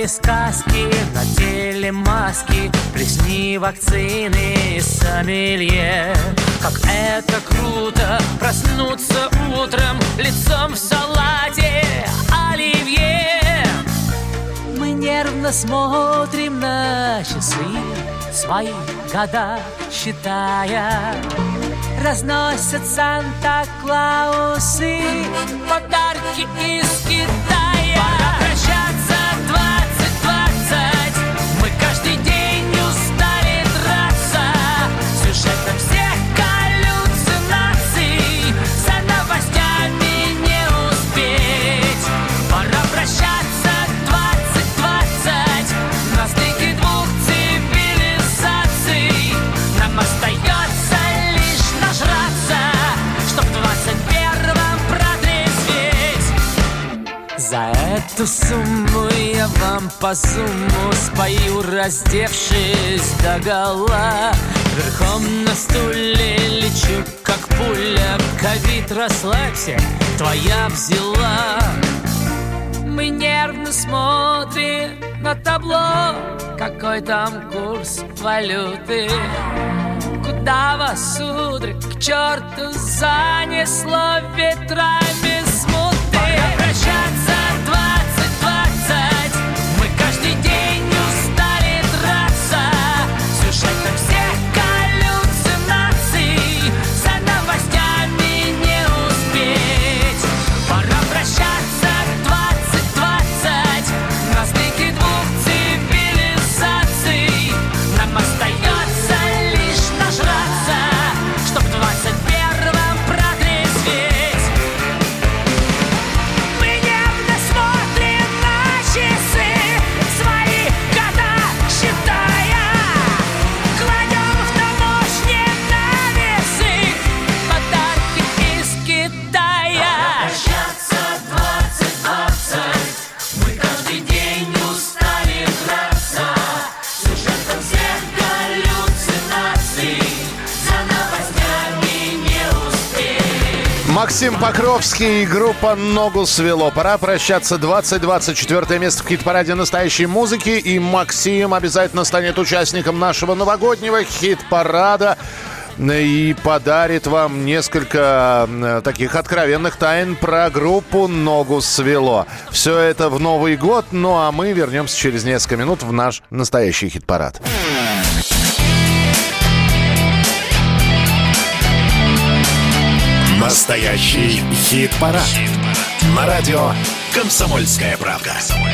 сказки, на теле маски, плесни вакцины, сомелье. Как это круто проснуться утром лицом в салате оливье. Мы нервно смотрим на часы, свои года считая. Разносят Санта-Клаусы подарки из Китая. Пора прощаться, двадцать двадцать. Мы каждый день устали драться сюжетом всех галлюцинаций. За новостями не успеть. Пора прощаться, двадцать двадцать. На стыке двух цивилизаций нам остается лишь нажраться, чтоб в двадцать первом протрезветь. За эту сумму я вам по сумму спою, раздевшись догола. Верхом на стуле лечу, как пуля. Ковид, расслабься, твоя взяла. Мы нервно смотрим на табло, какой там курс валюты. Куда вас, сударь, к черту занесло ветрами смуты? Пора прощаться, двадцать двадцать. Мы каждый день устали драться сюжетом всех галлюцинаций. За новостями не успеть. Пора прощаться, двадцать двадцать. На стыке двух цивилизаций нам остается лишь нажраться, чтоб в двадцать первом протрезветь. Мы нервно смотрим на часы, свои года считая. Кладем в таможне на весы подарки из Китая. Прощаться, двадцать двадцать. Мы каждый день устали драться сюжетом всех галлюцинаций. За новостями не успеть. Максим Покровский и группа «Ногу свело». Пора прощаться. двадцать двадцать четвёртое место в хит-параде настоящей музыки. И Максим обязательно станет участником нашего новогоднего хит-парада и подарит вам несколько э, таких откровенных тайн про группу «Ногу свело». Все это в Новый год. Ну а мы вернемся через несколько минут в наш настоящий хит-парад. Настоящий хит-парад. На радио «Комсомольская правда».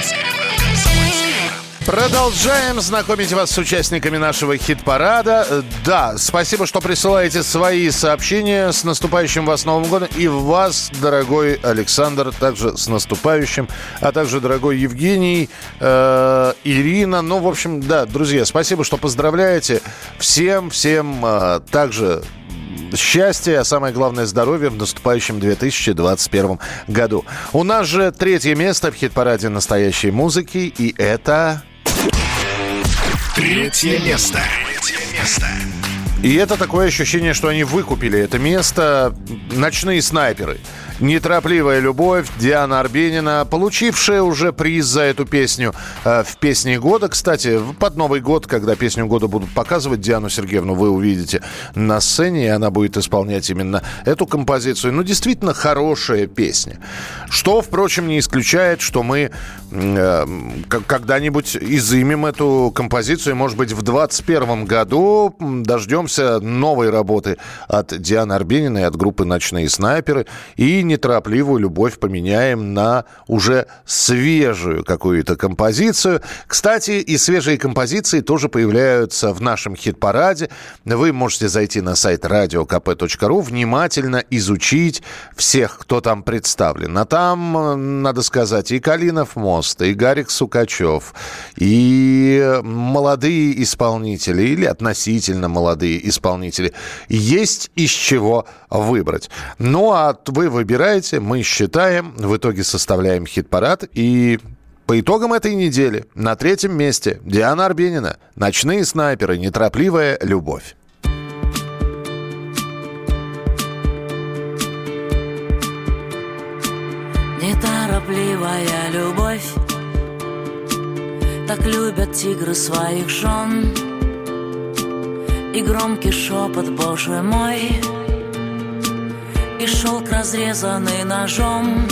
Продолжаем знакомить вас с участниками нашего хит-парада. Да, спасибо, что присылаете свои сообщения. С наступающим вас Новым годом. И вас, дорогой Александр, также с наступающим. А также, дорогой Евгений, э, Ирина. Ну, в общем, да, друзья, спасибо, что поздравляете. Всем, всем э, также счастья, а самое главное здоровья в наступающем две тысячи двадцать первом году. У нас же третье место в хит-параде настоящей музыки. И это... Третье место. Третье место. И это такое ощущение, что они выкупили это место. «Ночные снайперы». «Неторопливая любовь», Диана Арбенина, получившая уже приз за эту песню э, в «Песне года». Кстати, под Новый год, когда «Песню года» будут показывать, Диану Сергеевну вы увидите на сцене, и она будет исполнять именно эту композицию. Ну, действительно хорошая песня. Что, впрочем, не исключает, что мы э, когда-нибудь изымем эту композицию, может быть, в двадцать первом году дождемся новой работы от Дианы Арбениной, от группы «Ночные снайперы», и неторопливую любовь поменяем на уже свежую какую-то композицию. Кстати, и свежие композиции тоже появляются в нашем хит-параде. Вы можете зайти на сайт радио ка пэ точка ру, внимательно изучить всех, кто там представлен. А там, надо сказать, и Калинов мост, и Гарик Сукачев, и молодые исполнители, или относительно молодые исполнители. Есть из чего выбрать. Ну, а вы выбираете. Мы считаем, в итоге составляем хит-парад. И по итогам этой недели на третьем месте Диана Арбенина, «Ночные снайперы», «Неторопливая любовь». Неторопливая любовь как любят тигры своих жен. И громкий шепот, Боже мой, и шелк, разрезанный ножом.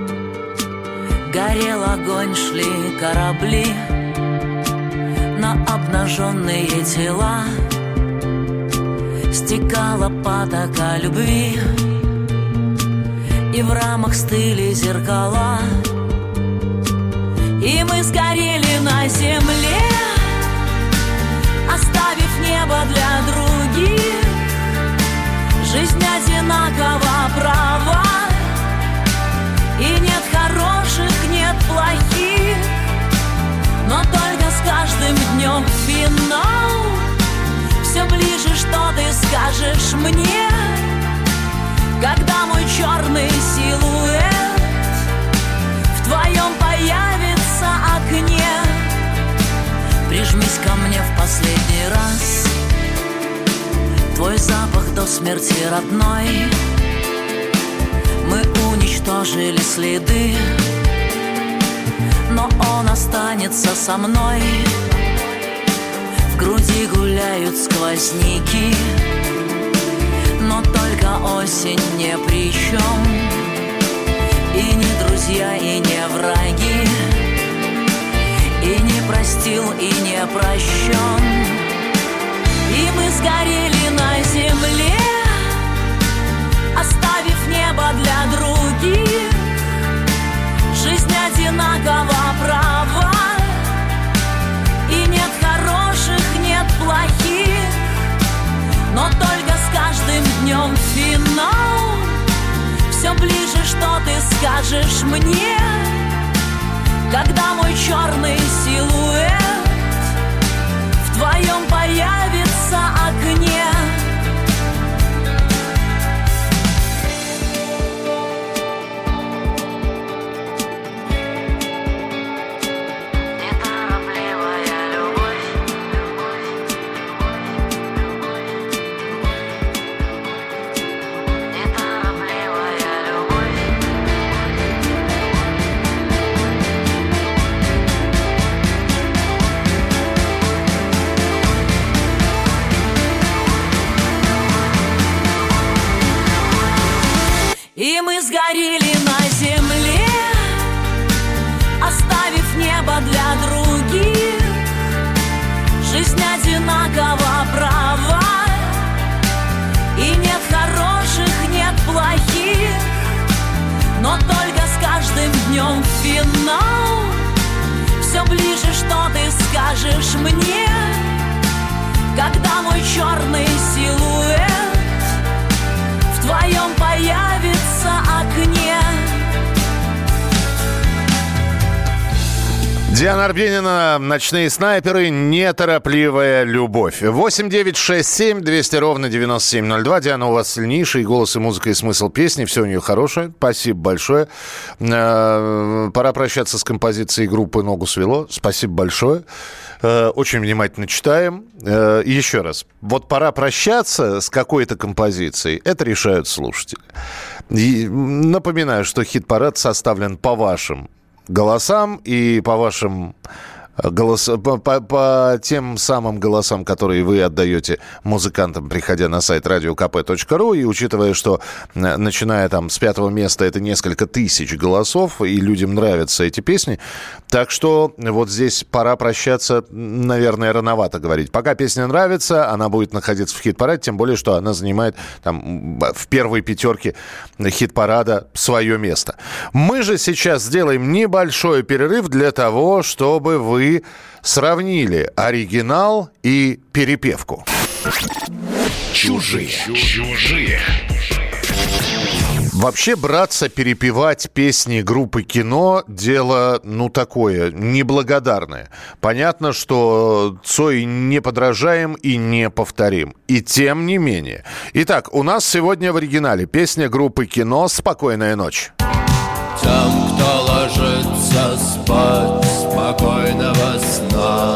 Горел огонь, шли корабли на обнаженные тела. Стекала потока любви, и в рамах стыли зеркала. И мы сгорели на земле, оставив небо для других. Жизнь одинакова права, и нет хороших, нет плохих. Но только с каждым днем финал. Все ближе, что ты скажешь мне, когда мой черный силуэт в твоем появится окне. Прижмись ко мне в последний раз, твой запах до смерти родной. Мы уничтожили следы, но он останется со мной. В груди гуляют сквозняки, но только осень ни при чем. И не друзья, и не враги, и не простил, и не прощен. И мы сгорели на земле, оставив небо для других. Жизнь одинакова права, и нет хороших, нет плохих. Но только с каждым днем финал. Все ближе, что ты скажешь мне, когда мой черный силуэт в твоем появится окне. И мы сгорели на земле, оставив небо для других. Жизнь одинакова права, и нет хороших, нет плохих. Но только с каждым днем финал. Все ближе, что ты скажешь мне, когда мой черный силуэт в твоем появится окне. Диана Арбенина, «Ночные снайперы», «Неторопливая любовь». восемь девятьсот шестьдесят семь двести ровно девяносто семь ноль два. Диана, у вас сильнейший голос и музыка, и смысл песни. Все у нее хорошее. Спасибо большое. Пора прощаться с композицией группы «Ногу свело». Спасибо большое. Очень внимательно читаем. Еще раз. Вот пора прощаться с какой-то композицией. Это решают слушатели. И напоминаю, что хит-парад составлен по вашим голосам и по вашим голос... по, по, по тем самым голосам, которые вы отдаете музыкантам, приходя на сайт радио ка пэ точка ру. И учитывая, что начиная там с пятого места это несколько тысяч голосов, и людям нравятся эти песни, так что вот здесь пора прощаться, наверное, рановато говорить. Пока песня нравится, она будет находиться в хит-параде, тем более, что она занимает там в первой пятерке хит-парада свое место. Мы же сейчас сделаем небольшой перерыв для того, чтобы вы сравнили оригинал и перепевку. Чужие. Чужие. Вообще, браться перепевать песни группы «Кино» – дело, ну, такое, неблагодарное. Понятно, что Цой неподражаем и неповторим. И тем не менее. Итак, у нас сегодня в оригинале песня группы «Кино» «Спокойная ночь». Тем, кто ложится спать, спокойного сна.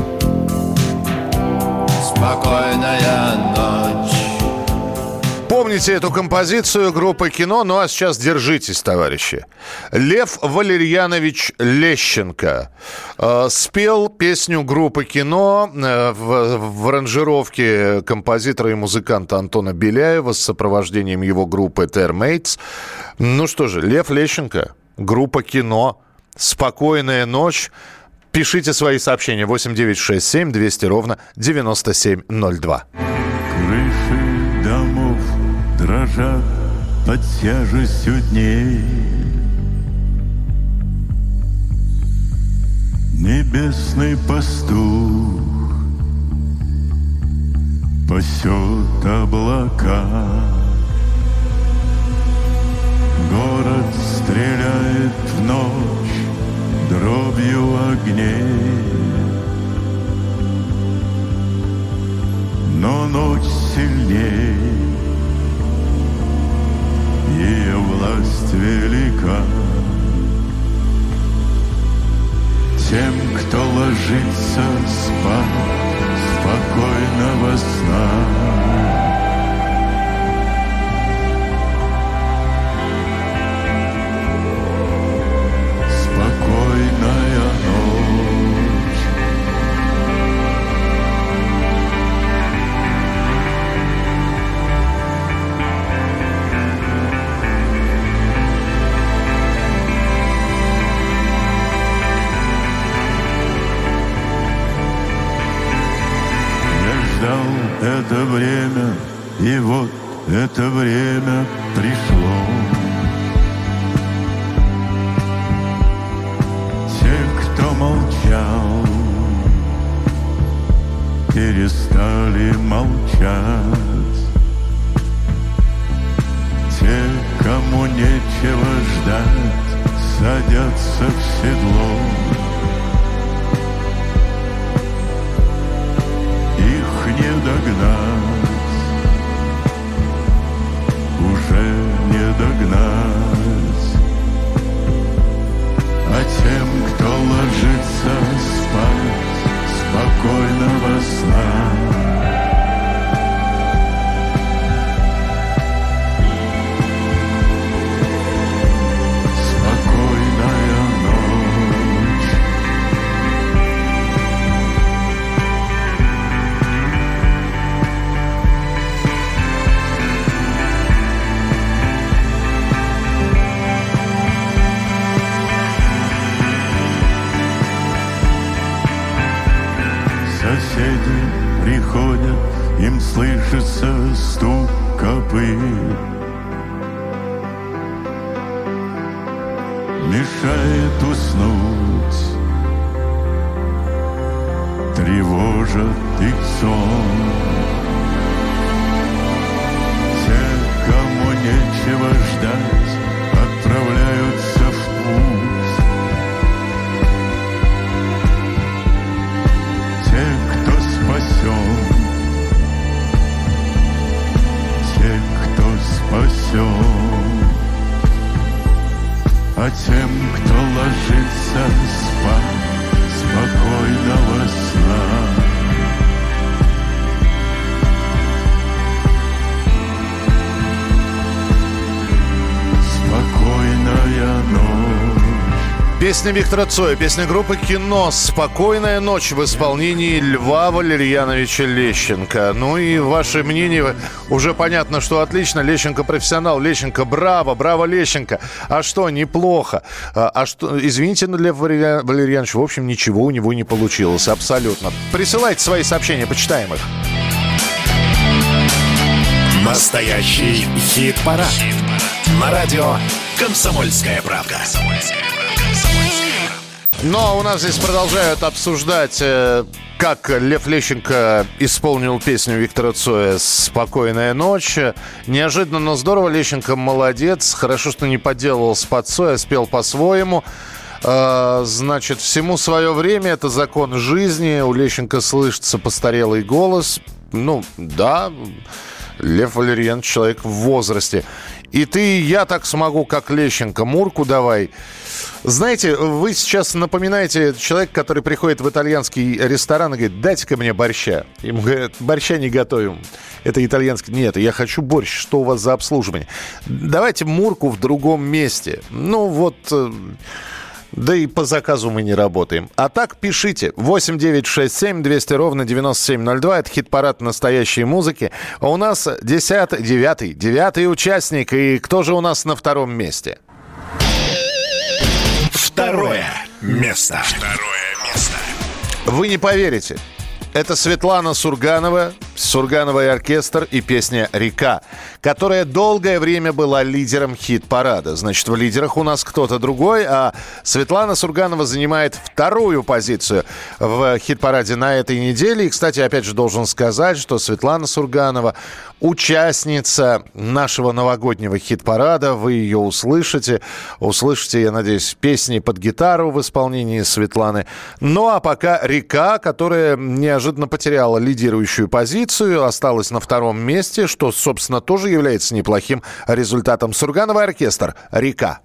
Спокойная ночь. помните эту композицию группы «Кино». Ну а сейчас держитесь, товарищи. Лев Валерьянович Лещенко э, спел песню группы «Кино» э, в, в аранжировке композитора и музыканта Антона Беляева с сопровождением его группы «Термейтс». Ну что же, Лев Лещенко, группа «Кино», «Спокойная ночь». Пишите свои сообщения восемь девятьсот шестьдесят семь двести ровно девяносто семь ноль два. Крыши домов дрожат под тяжестью дней. Небесный пастух пасет облака. Город стреляет в ночь дробью огней. Но ночь сильней, ее власть велика. Тем, кто ложится спать спокойного сна, спокойная ночь. Я ждал это время, и вот это время пришло. Молчал, перестали молчать. Те, кому нечего ждать, садятся в седло. Их не догнать, уже не догнать. А тем, кто ложится спать спокойного сна, спокойная ночь. Соседи приходят, им слышится стук копыт. Мешает уснуть, тревожит их сон. Те, кому нечего ждать, отправляются в путь. Те, кто спасен, те, кто спасен. А тем, кто ложится спать спокойного сна, спокойная ночь. Песня Виктора Цоя, песня группы «Кино» «Спокойная ночь» в исполнении Льва Валерьяновича Лещенко. Ну и ваше мнение, уже понятно, что отлично. Лещенко профессионал, Лещенко браво, браво Лещенко. А что, неплохо. А, а что, извините, но Лев Валерьянович, в общем, ничего у него не получилось, абсолютно. Присылайте свои сообщения, почитаем их. Настоящий хит-парад. Хит-парад. На радио «Комсомольская правда». Но у нас здесь продолжают обсуждать, как Лев Лещенко исполнил песню Виктора Цоя «Спокойная ночь». Неожиданно, но здорово. Лещенко молодец. Хорошо, что не подделывался под Цоя, спел по-своему. Значит, всему свое время. Это закон жизни. У Лещенко слышится постарелый голос. Ну, да, Лев Валерьянович человек в возрасте. И ты, и я так смогу, как Лещенко. Мурку давай. Знаете, вы сейчас напоминаете человека, который приходит в итальянский ресторан и говорит: дайте-ка мне борща. Ему говорят: борща не готовим. Это итальянский. Нет, я хочу борщ. Что у вас за обслуживание? Давайте Мурку в другом месте. Ну вот... Да и по заказу мы не работаем. А так пишите. восемь девятьсот шестьдесят семь двести ровно девяносто семь ноль два. Это хит-парад настоящей музыки. А у нас десятый, девятый, девятый участник. И кто же у нас на втором месте? Второе место. Второе место. Вы не поверите. Это Светлана Сурганова, Сурганова и оркестр, и песня «Река», которая долгое время была лидером хит-парада. Значит, в лидерах у нас кто-то другой, а Светлана Сурганова занимает вторую позицию в хит-параде на этой неделе. И, кстати, опять же должен сказать, что Светлана Сурганова участница нашего новогоднего хит-парада. Вы ее услышите. Услышите, я надеюсь, песни под гитару в исполнении Светланы. Ну, а пока «Река», которая неожиданно потеряла лидирующую позицию, осталась на втором месте, что, собственно, тоже является неплохим результатом. Сурганова и оркестр «Река».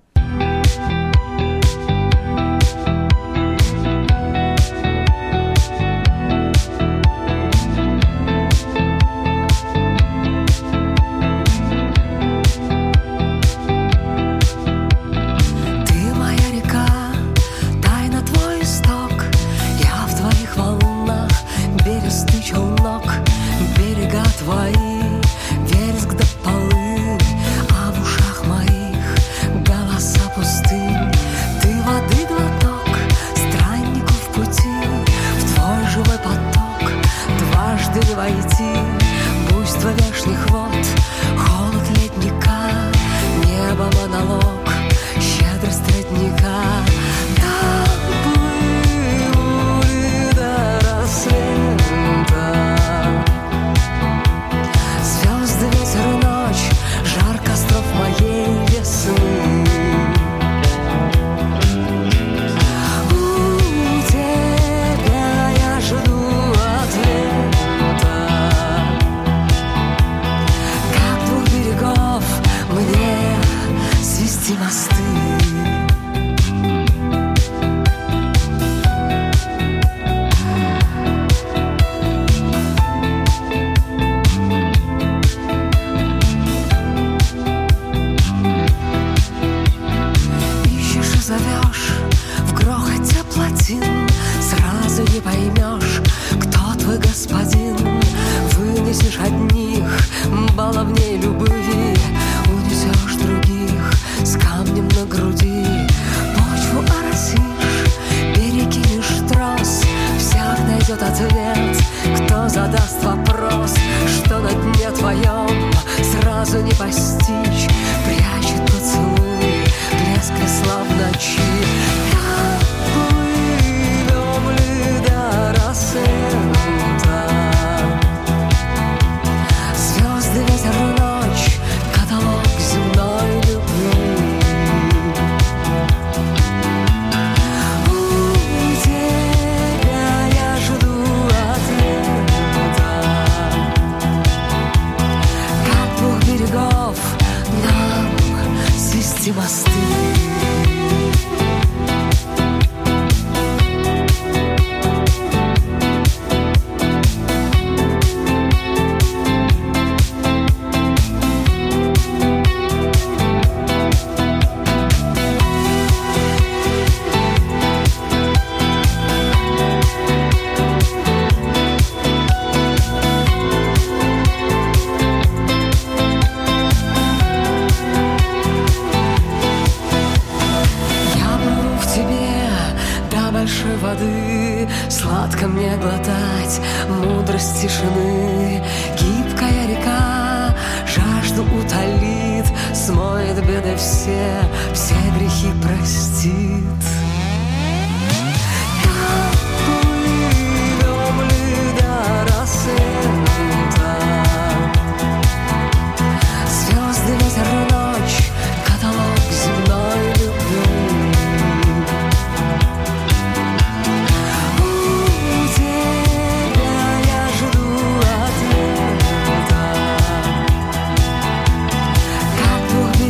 Как двух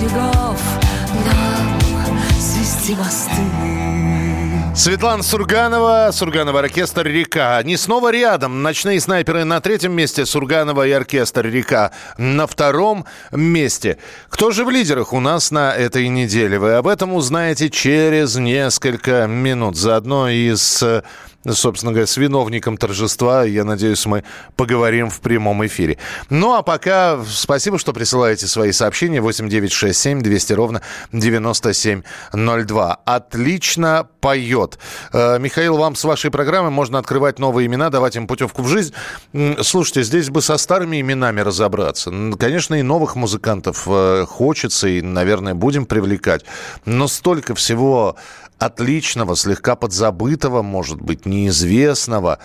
Светлана Сурганова, Сурганова оркестр «Река». Они снова рядом. «Ночные снайперы» на третьем месте, Сурганова и оркестр «Река» на втором месте. Кто же в лидерах у нас на этой неделе? Вы об этом узнаете через несколько минут. Заодно и с... собственно говоря, с виновником торжества, я надеюсь, мы поговорим в прямом эфире. Ну, а пока спасибо, что присылаете свои сообщения. восемь девятьсот шестьдесят семь двести ровно девяносто семь ноль два. Отлично поет. Михаил, вам с вашей программы можно открывать новые имена, давать им путевку в жизнь. Слушайте, здесь бы со старыми именами разобраться. Конечно, и новых музыкантов хочется, и, наверное, будем привлекать. Но столько всего отличного, слегка подзабытого, может быть, неизвестного,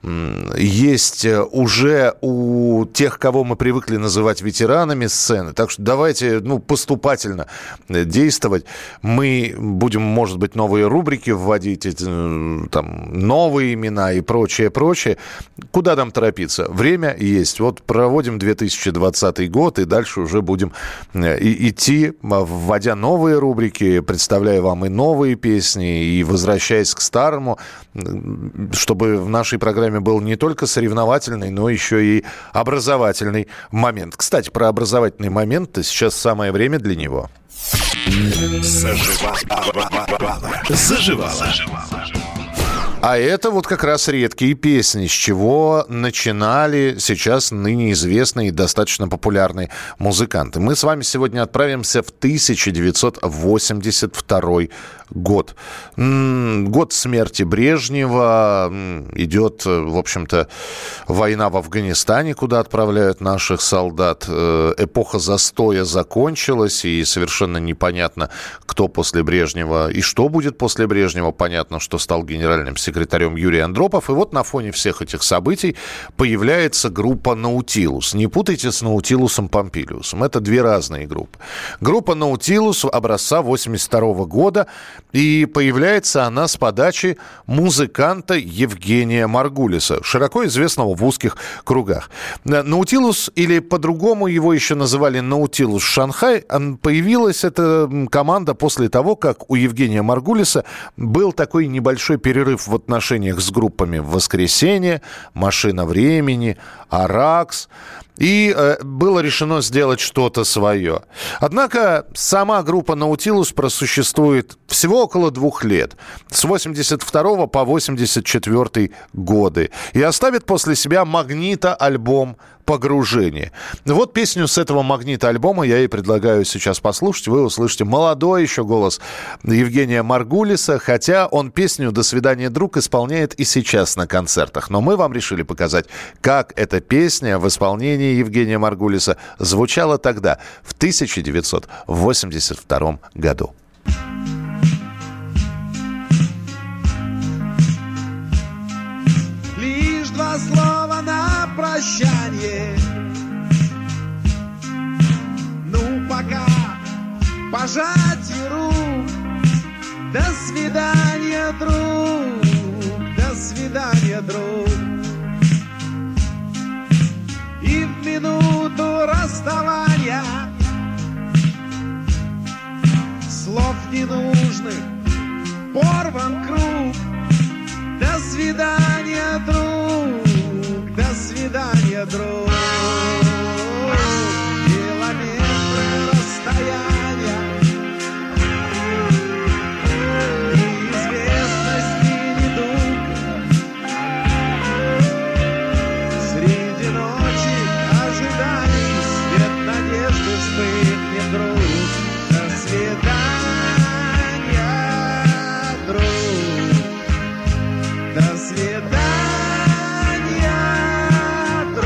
есть уже у тех, кого мы привыкли называть ветеранами сцены. Так что давайте, ну, поступательно действовать. Мы будем, может быть, новые рубрики вводить, там, новые имена и прочее, прочее. Куда нам торопиться? Время есть. Вот проводим две тысячи двадцатый год, и дальше уже будем идти, вводя новые рубрики, представляя вам и новые песни, и возвращаясь к старому, чтобы в нашей программе был не только соревновательный, но еще и образовательный момент. Кстати, про образовательный момент, сейчас самое время для него. Заживала. Заживала. А это вот как раз редкие песни, с чего начинали сейчас ныне известные и достаточно популярные музыканты. Мы с вами сегодня отправимся в тысяча девятьсот восемьдесят второй год. Год смерти Брежнева. Идет, в общем-то, война в Афганистане, куда отправляют наших солдат. Эпоха застоя закончилась, и совершенно непонятно, кто после Брежнева и что будет после Брежнева. Понятно, что стал генеральным секретарем секретарем Юрий Андропов. И вот на фоне всех этих событий появляется группа «Наутилус». Не путайте с «Наутилусом Помпилиусом». Это две разные группы. Группа «Наутилус» образца восемьдесят второго года. И появляется она с подачи музыканта Евгения Маргулиса, широко известного в узких кругах. «Наутилус», или по-другому его еще называли «Наутилус Шанхай», появилась эта команда после того, как у Евгения Маргулиса был такой небольшой перерыв в отношениях с группами «Воскресенье», «Машина времени», «Аракс». И э, было решено сделать что-то свое. Однако сама группа «Наутилус» просуществует всего около двух лет. С восемьдесят второго по восемьдесят четвёртый годы. И оставит после себя магнита-альбом «Погружение». Вот песню с этого магнита-альбома я и предлагаю сейчас послушать. Вы услышите молодой еще голос Евгения Маргулиса, хотя он песню «До свидания, друг» исполняет и сейчас на концертах. Но мы вам решили показать, как эта песня в исполнении Евгения Маргулиса звучала тогда, в тысяча девятьсот восемьдесят втором году. Лишь два слова на прощанье. Ну, пока пожатие рук. До свидания, друг. До свидания, друг. И в минуту расставания слов ненужных порван круг. До свидания, друг, до свидания, друг. Километры расстояния, неизвестность и недуг. Среди ночи ожиданий свет надежды вспыхнет, друг. До свидания, друг. До свидания, друг.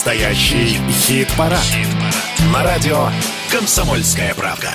Настоящий хит-парад. На радио «Комсомольская правда».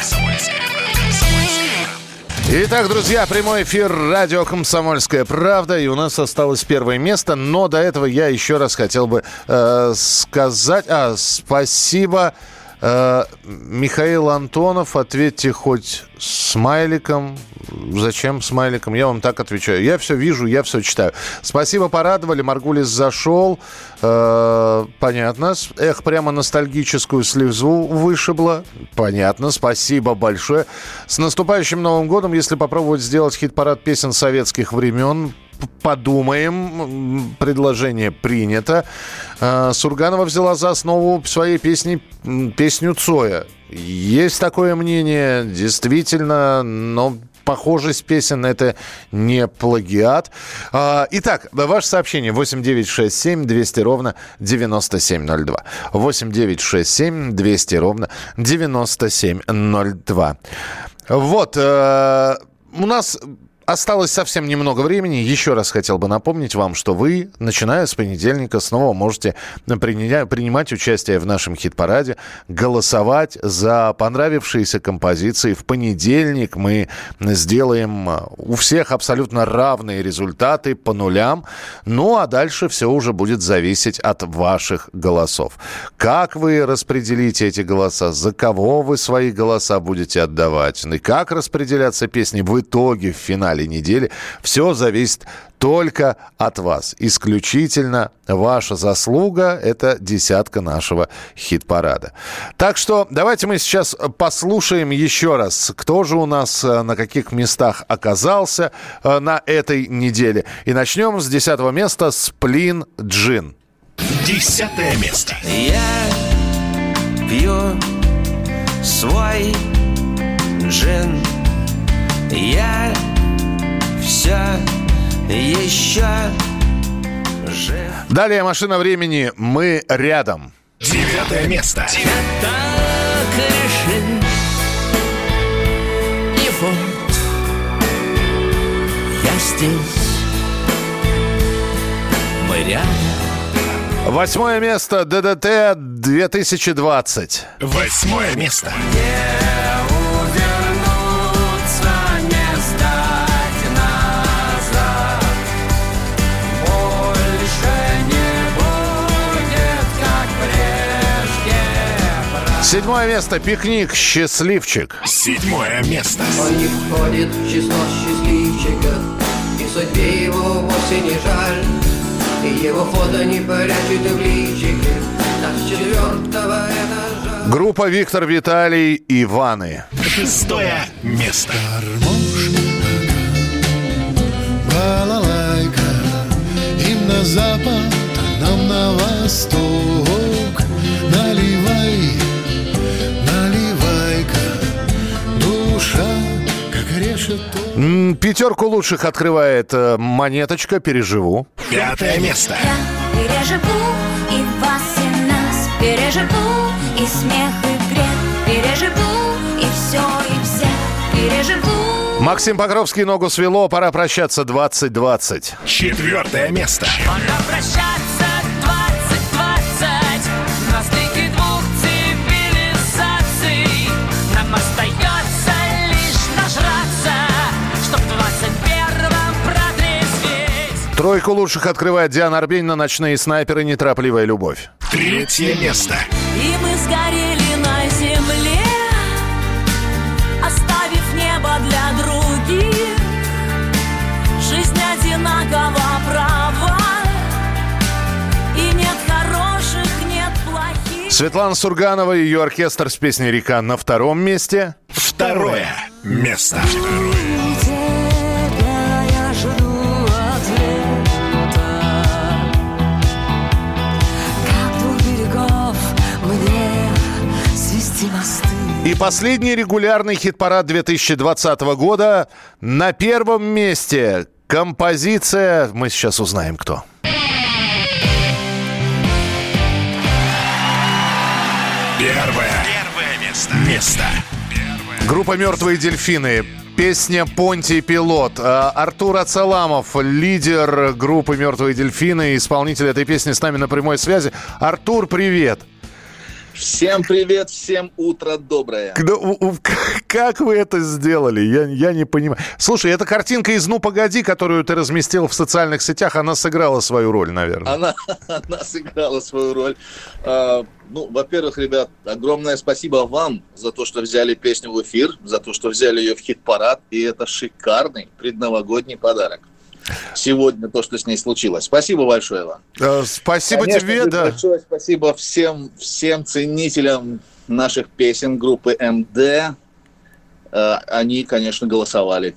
Итак, друзья, прямой эфир радио «Комсомольская правда», и у нас осталось первое место, но до этого я еще раз хотел бы э, сказать, а, спасибо, э, Михаил Антонов, ответьте хоть смайликом. Зачем смайликом? Я вам так отвечаю. Я все вижу, я все читаю. Спасибо, порадовали. Маргулис зашел. Э-э- понятно. Эх, прямо ностальгическую слезу вышибло. Понятно. Спасибо большое. С наступающим Новым годом. Если попробовать сделать хит-парад песен советских времен, подумаем. Предложение принято. Э-э- Сурганова взяла за основу своей песни песню Цоя. Есть такое мнение, действительно, но похожесть песен — это не плагиат. Итак, ваше сообщение восемь девятьсот шестьдесят семь двести ровно девяносто семь ноль два. восемь девятьсот шестьдесят семь двести ровно девяносто семь ноль два. Вот, у нас осталось совсем немного времени. Еще раз хотел бы напомнить вам, что вы, начиная с понедельника, снова можете принимать участие в нашем хит-параде, голосовать за понравившиеся композиции. В понедельник мы сделаем у всех абсолютно равные результаты по нулям. Ну, а дальше все уже будет зависеть от ваших голосов. Как вы распределите эти голоса, за кого вы свои голоса будете отдавать, и как распределяться песни в итоге в финале недели, все зависит только от вас. Исключительно ваша заслуга – это десятка нашего хит-парада. Так что давайте мы сейчас послушаем еще раз, кто же у нас на каких местах оказался на этой неделе. И начнем с десятого места «Сплин Джин». Десятое место. Я пью свой джин. Я все еще жив. Далее «Машина времени». Мы рядом. Девятое место. Так решил. И вот я здесь. Мы рядом. Восьмое место. ДДТ две тысячи двадцать. Восьмое место. Седьмое место. «Пикник». «Счастливчик». Седьмое место. Он не входит в число счастливчиков, и судьбе его вовсе не жаль, и его фото не прячут в личике, так с четвертого этажа. Группа «Виктор Виталий» «Иваны». Шестое место. Балалайка, им на запад, а нам на восток. Наливай, наливай-ка, душа, как решето. Пятерку лучших открывает «Монеточка», «Переживу». Пятое место. Я переживу и вас, и нас, переживу и смех, и грех, переживу и все, и всех, переживу. Максим Покровский, «Ногу свело», пора прощаться, двадцать двадцать. Четвертое место. Пора прощаться, двадцать двадцать. На стыке двух цивилизаций нам остается лишь нажраться, чтоб в двадцать первом протрезветь. Тройку лучших открывает Диана Арбенина, «Ночные снайперы», «Неторопливая любовь». Третье место. И мы сгорели на земле, оставив небо для других. Жизнь одинаково права, и нет хороших, нет плохих. Светлана Сурганова и ее оркестр с песней «Река» на втором месте. Второе место. Я жду ответа, как двух берегов мне свести мосты. И последний регулярный хит-парад две тысячи двадцатого года. На первом месте композиция... Мы сейчас узнаем, кто. Первое. Первое место. Место. Группа «Мертвые дельфины». Песня «Понтий пилот». Артур Ацаламов, лидер группы «Мертвые дельфины», исполнитель этой песни, с нами на прямой связи. Артур, привет! Всем привет, всем утро доброе. Как вы это сделали? Я, я не понимаю. Слушай, эта картинка из «Ну, погоди», которую ты разместил в социальных сетях, она сыграла свою роль, наверное. Она, она сыграла свою роль. А, ну, во-первых, ребят, огромное спасибо вам за то, что взяли песню в эфир, за то, что взяли ее в хит-парад. И это шикарный предновогодний подарок. Сегодня то, что с ней случилось. Спасибо большое вам. Uh, спасибо Конечно, тебе, да. Большое спасибо всем, всем ценителям наших песен группы эм дэ. Uh, они, конечно, голосовали.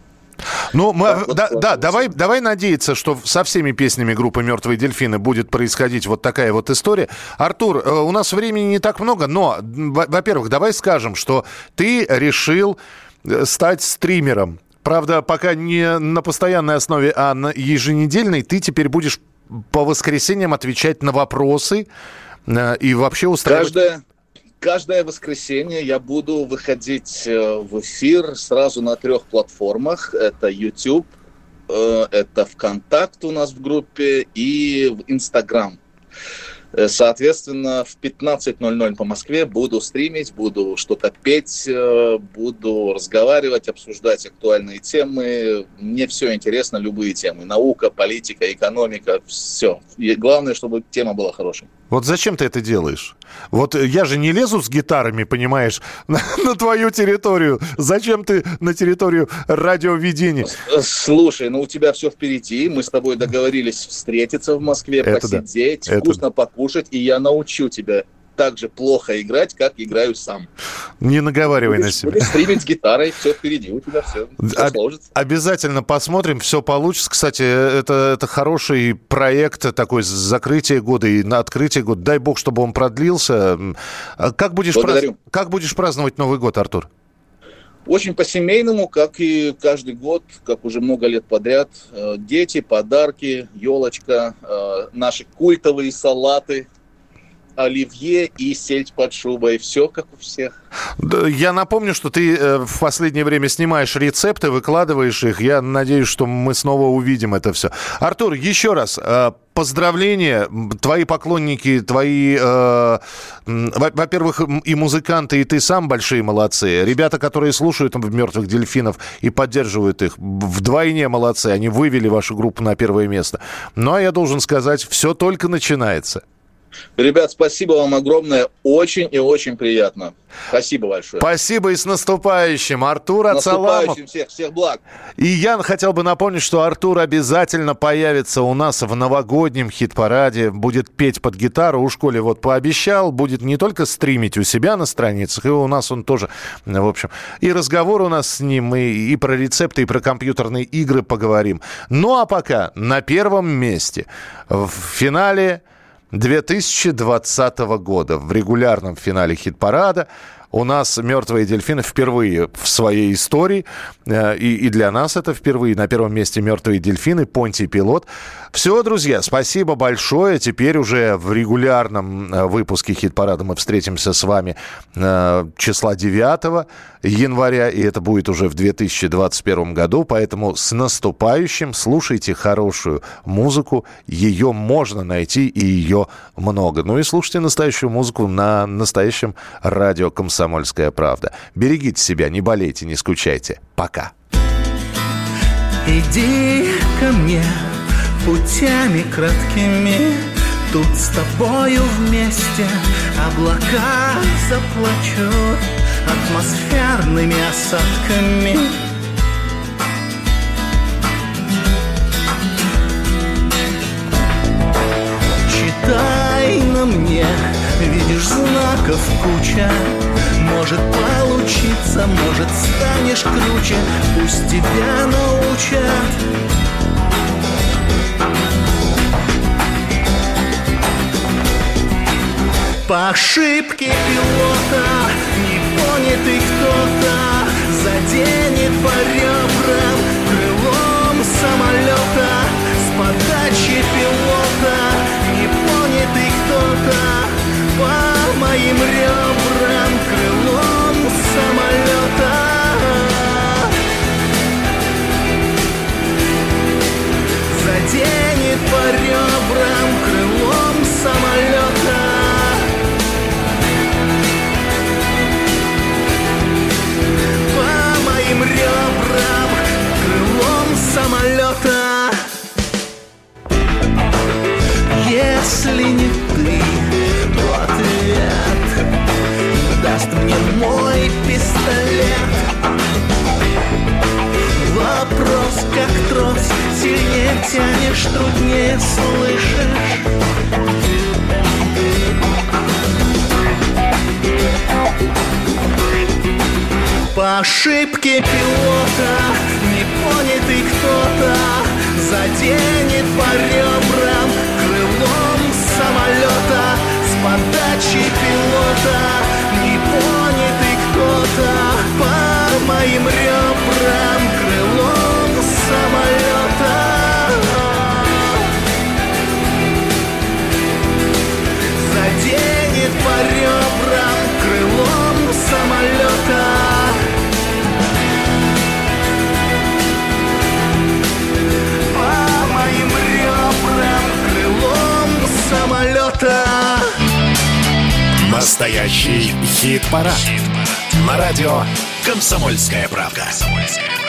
Ну, мы, так, да, вот, да давай, давай надеяться, что со всеми песнями группы «Мертвые дельфины» будет происходить вот такая вот история. Артур, у нас времени не так много, но, во-первых, давай скажем, что ты решил стать стримером. Правда, пока не на постоянной основе, а на еженедельной. Ты теперь будешь по воскресеньям отвечать на вопросы э, и вообще устраивать... Каждое, каждое воскресенье я буду выходить в эфир сразу на трех платформах. Это YouTube, э, это ВКонтакт у нас в группе и в Инстаграм. Соответственно, в пятнадцать ноль ноль по Москве буду стримить, буду что-то петь, буду разговаривать, обсуждать актуальные темы. Мне все интересно, любые темы. Наука, политика, экономика, все. И главное, чтобы тема была хорошей. Вот зачем ты это делаешь? Вот я же не лезу с гитарами, понимаешь, на, на твою территорию. Зачем ты на территорию радиоведения? Слушай, ну у тебя все впереди. Мы с тобой договорились встретиться в Москве, это посидеть, да. вкусно это... покушать, и я научу тебя так же плохо играть, как играю сам. Не наговаривай будешь, на себя. Будешь стримить с гитарой, все впереди, у тебя все, все Об- сложится. Обязательно посмотрим, все получится. Кстати, это, это хороший проект, такой закрытие года и на открытие года. Дай бог, чтобы он продлился. Как будешь, праз... как будешь праздновать Новый год, Артур? Очень по-семейному, как и каждый год, как уже много лет подряд. Дети, подарки, елочка, наши культовые салаты, оливье и сельдь под шубой. Все как у всех. Я напомню, что ты в последнее время снимаешь рецепты, выкладываешь их. Я надеюсь, что мы снова увидим это все. Артур, еще раз поздравления. Твои поклонники, твои, э, во-первых, и музыканты, и ты сам большие молодцы. Ребята, которые слушают «Мертвых дельфинов» и поддерживают их, вдвойне молодцы. Они вывели вашу группу на первое место. Ну, а я должен сказать, все только начинается. Ребят, спасибо вам огромное. Очень и очень приятно. Спасибо большое. Спасибо и с наступающим. Артур Ацаламов. Наступающим всех, всех благ. И я хотел бы напомнить, что Артур обязательно появится у нас в новогоднем хит-параде. Будет петь под гитару. У школе вот пообещал. Будет не только стримить у себя на страницах, и у нас он тоже, в общем. И разговор у нас с ним, и, и про рецепты, и про компьютерные игры поговорим. Ну а пока на первом месте в финале две тысячи двадцатого года, в регулярном финале хит-парада, у нас «Мертвые дельфины» впервые в своей истории, и, и для нас это впервые. На первом месте «Мертвые дельфины», «Понтий пилот». Все, друзья, спасибо большое. Теперь уже в регулярном выпуске хит-парада мы встретимся с вами числа девятого января, и это будет уже в две тысячи двадцать первом году. Поэтому с наступающим, слушайте хорошую музыку. Ее можно найти, и ее много. Ну и слушайте настоящую музыку на настоящем радио «Комсомольская правда». Берегите себя, не болейте, не скучайте. Пока. Иди ко мне путями краткими, тут с тобою вместе облака заплачут атмосферными осадками. Читай на мне, видишь, знаков куча. Может получиться, может станешь круче, пусть тебя научат. По ошибке пилота непонятый кто-то заденет по ребрам крылом самолета. С подачи пилота непонятый кто-то по моим ребрам крылом самолета. тянешь, труднее слышишь. По ошибке пилота непонятый кто-то заденет по ребрам крылом самолета. С подачи пилота непонятый кто-то по моим ребрам крылом самолета заденет по ребрам крылом самолета. По моим ребрам крылом самолета. Настоящий хит-парад. На радио «Комсомольская правда».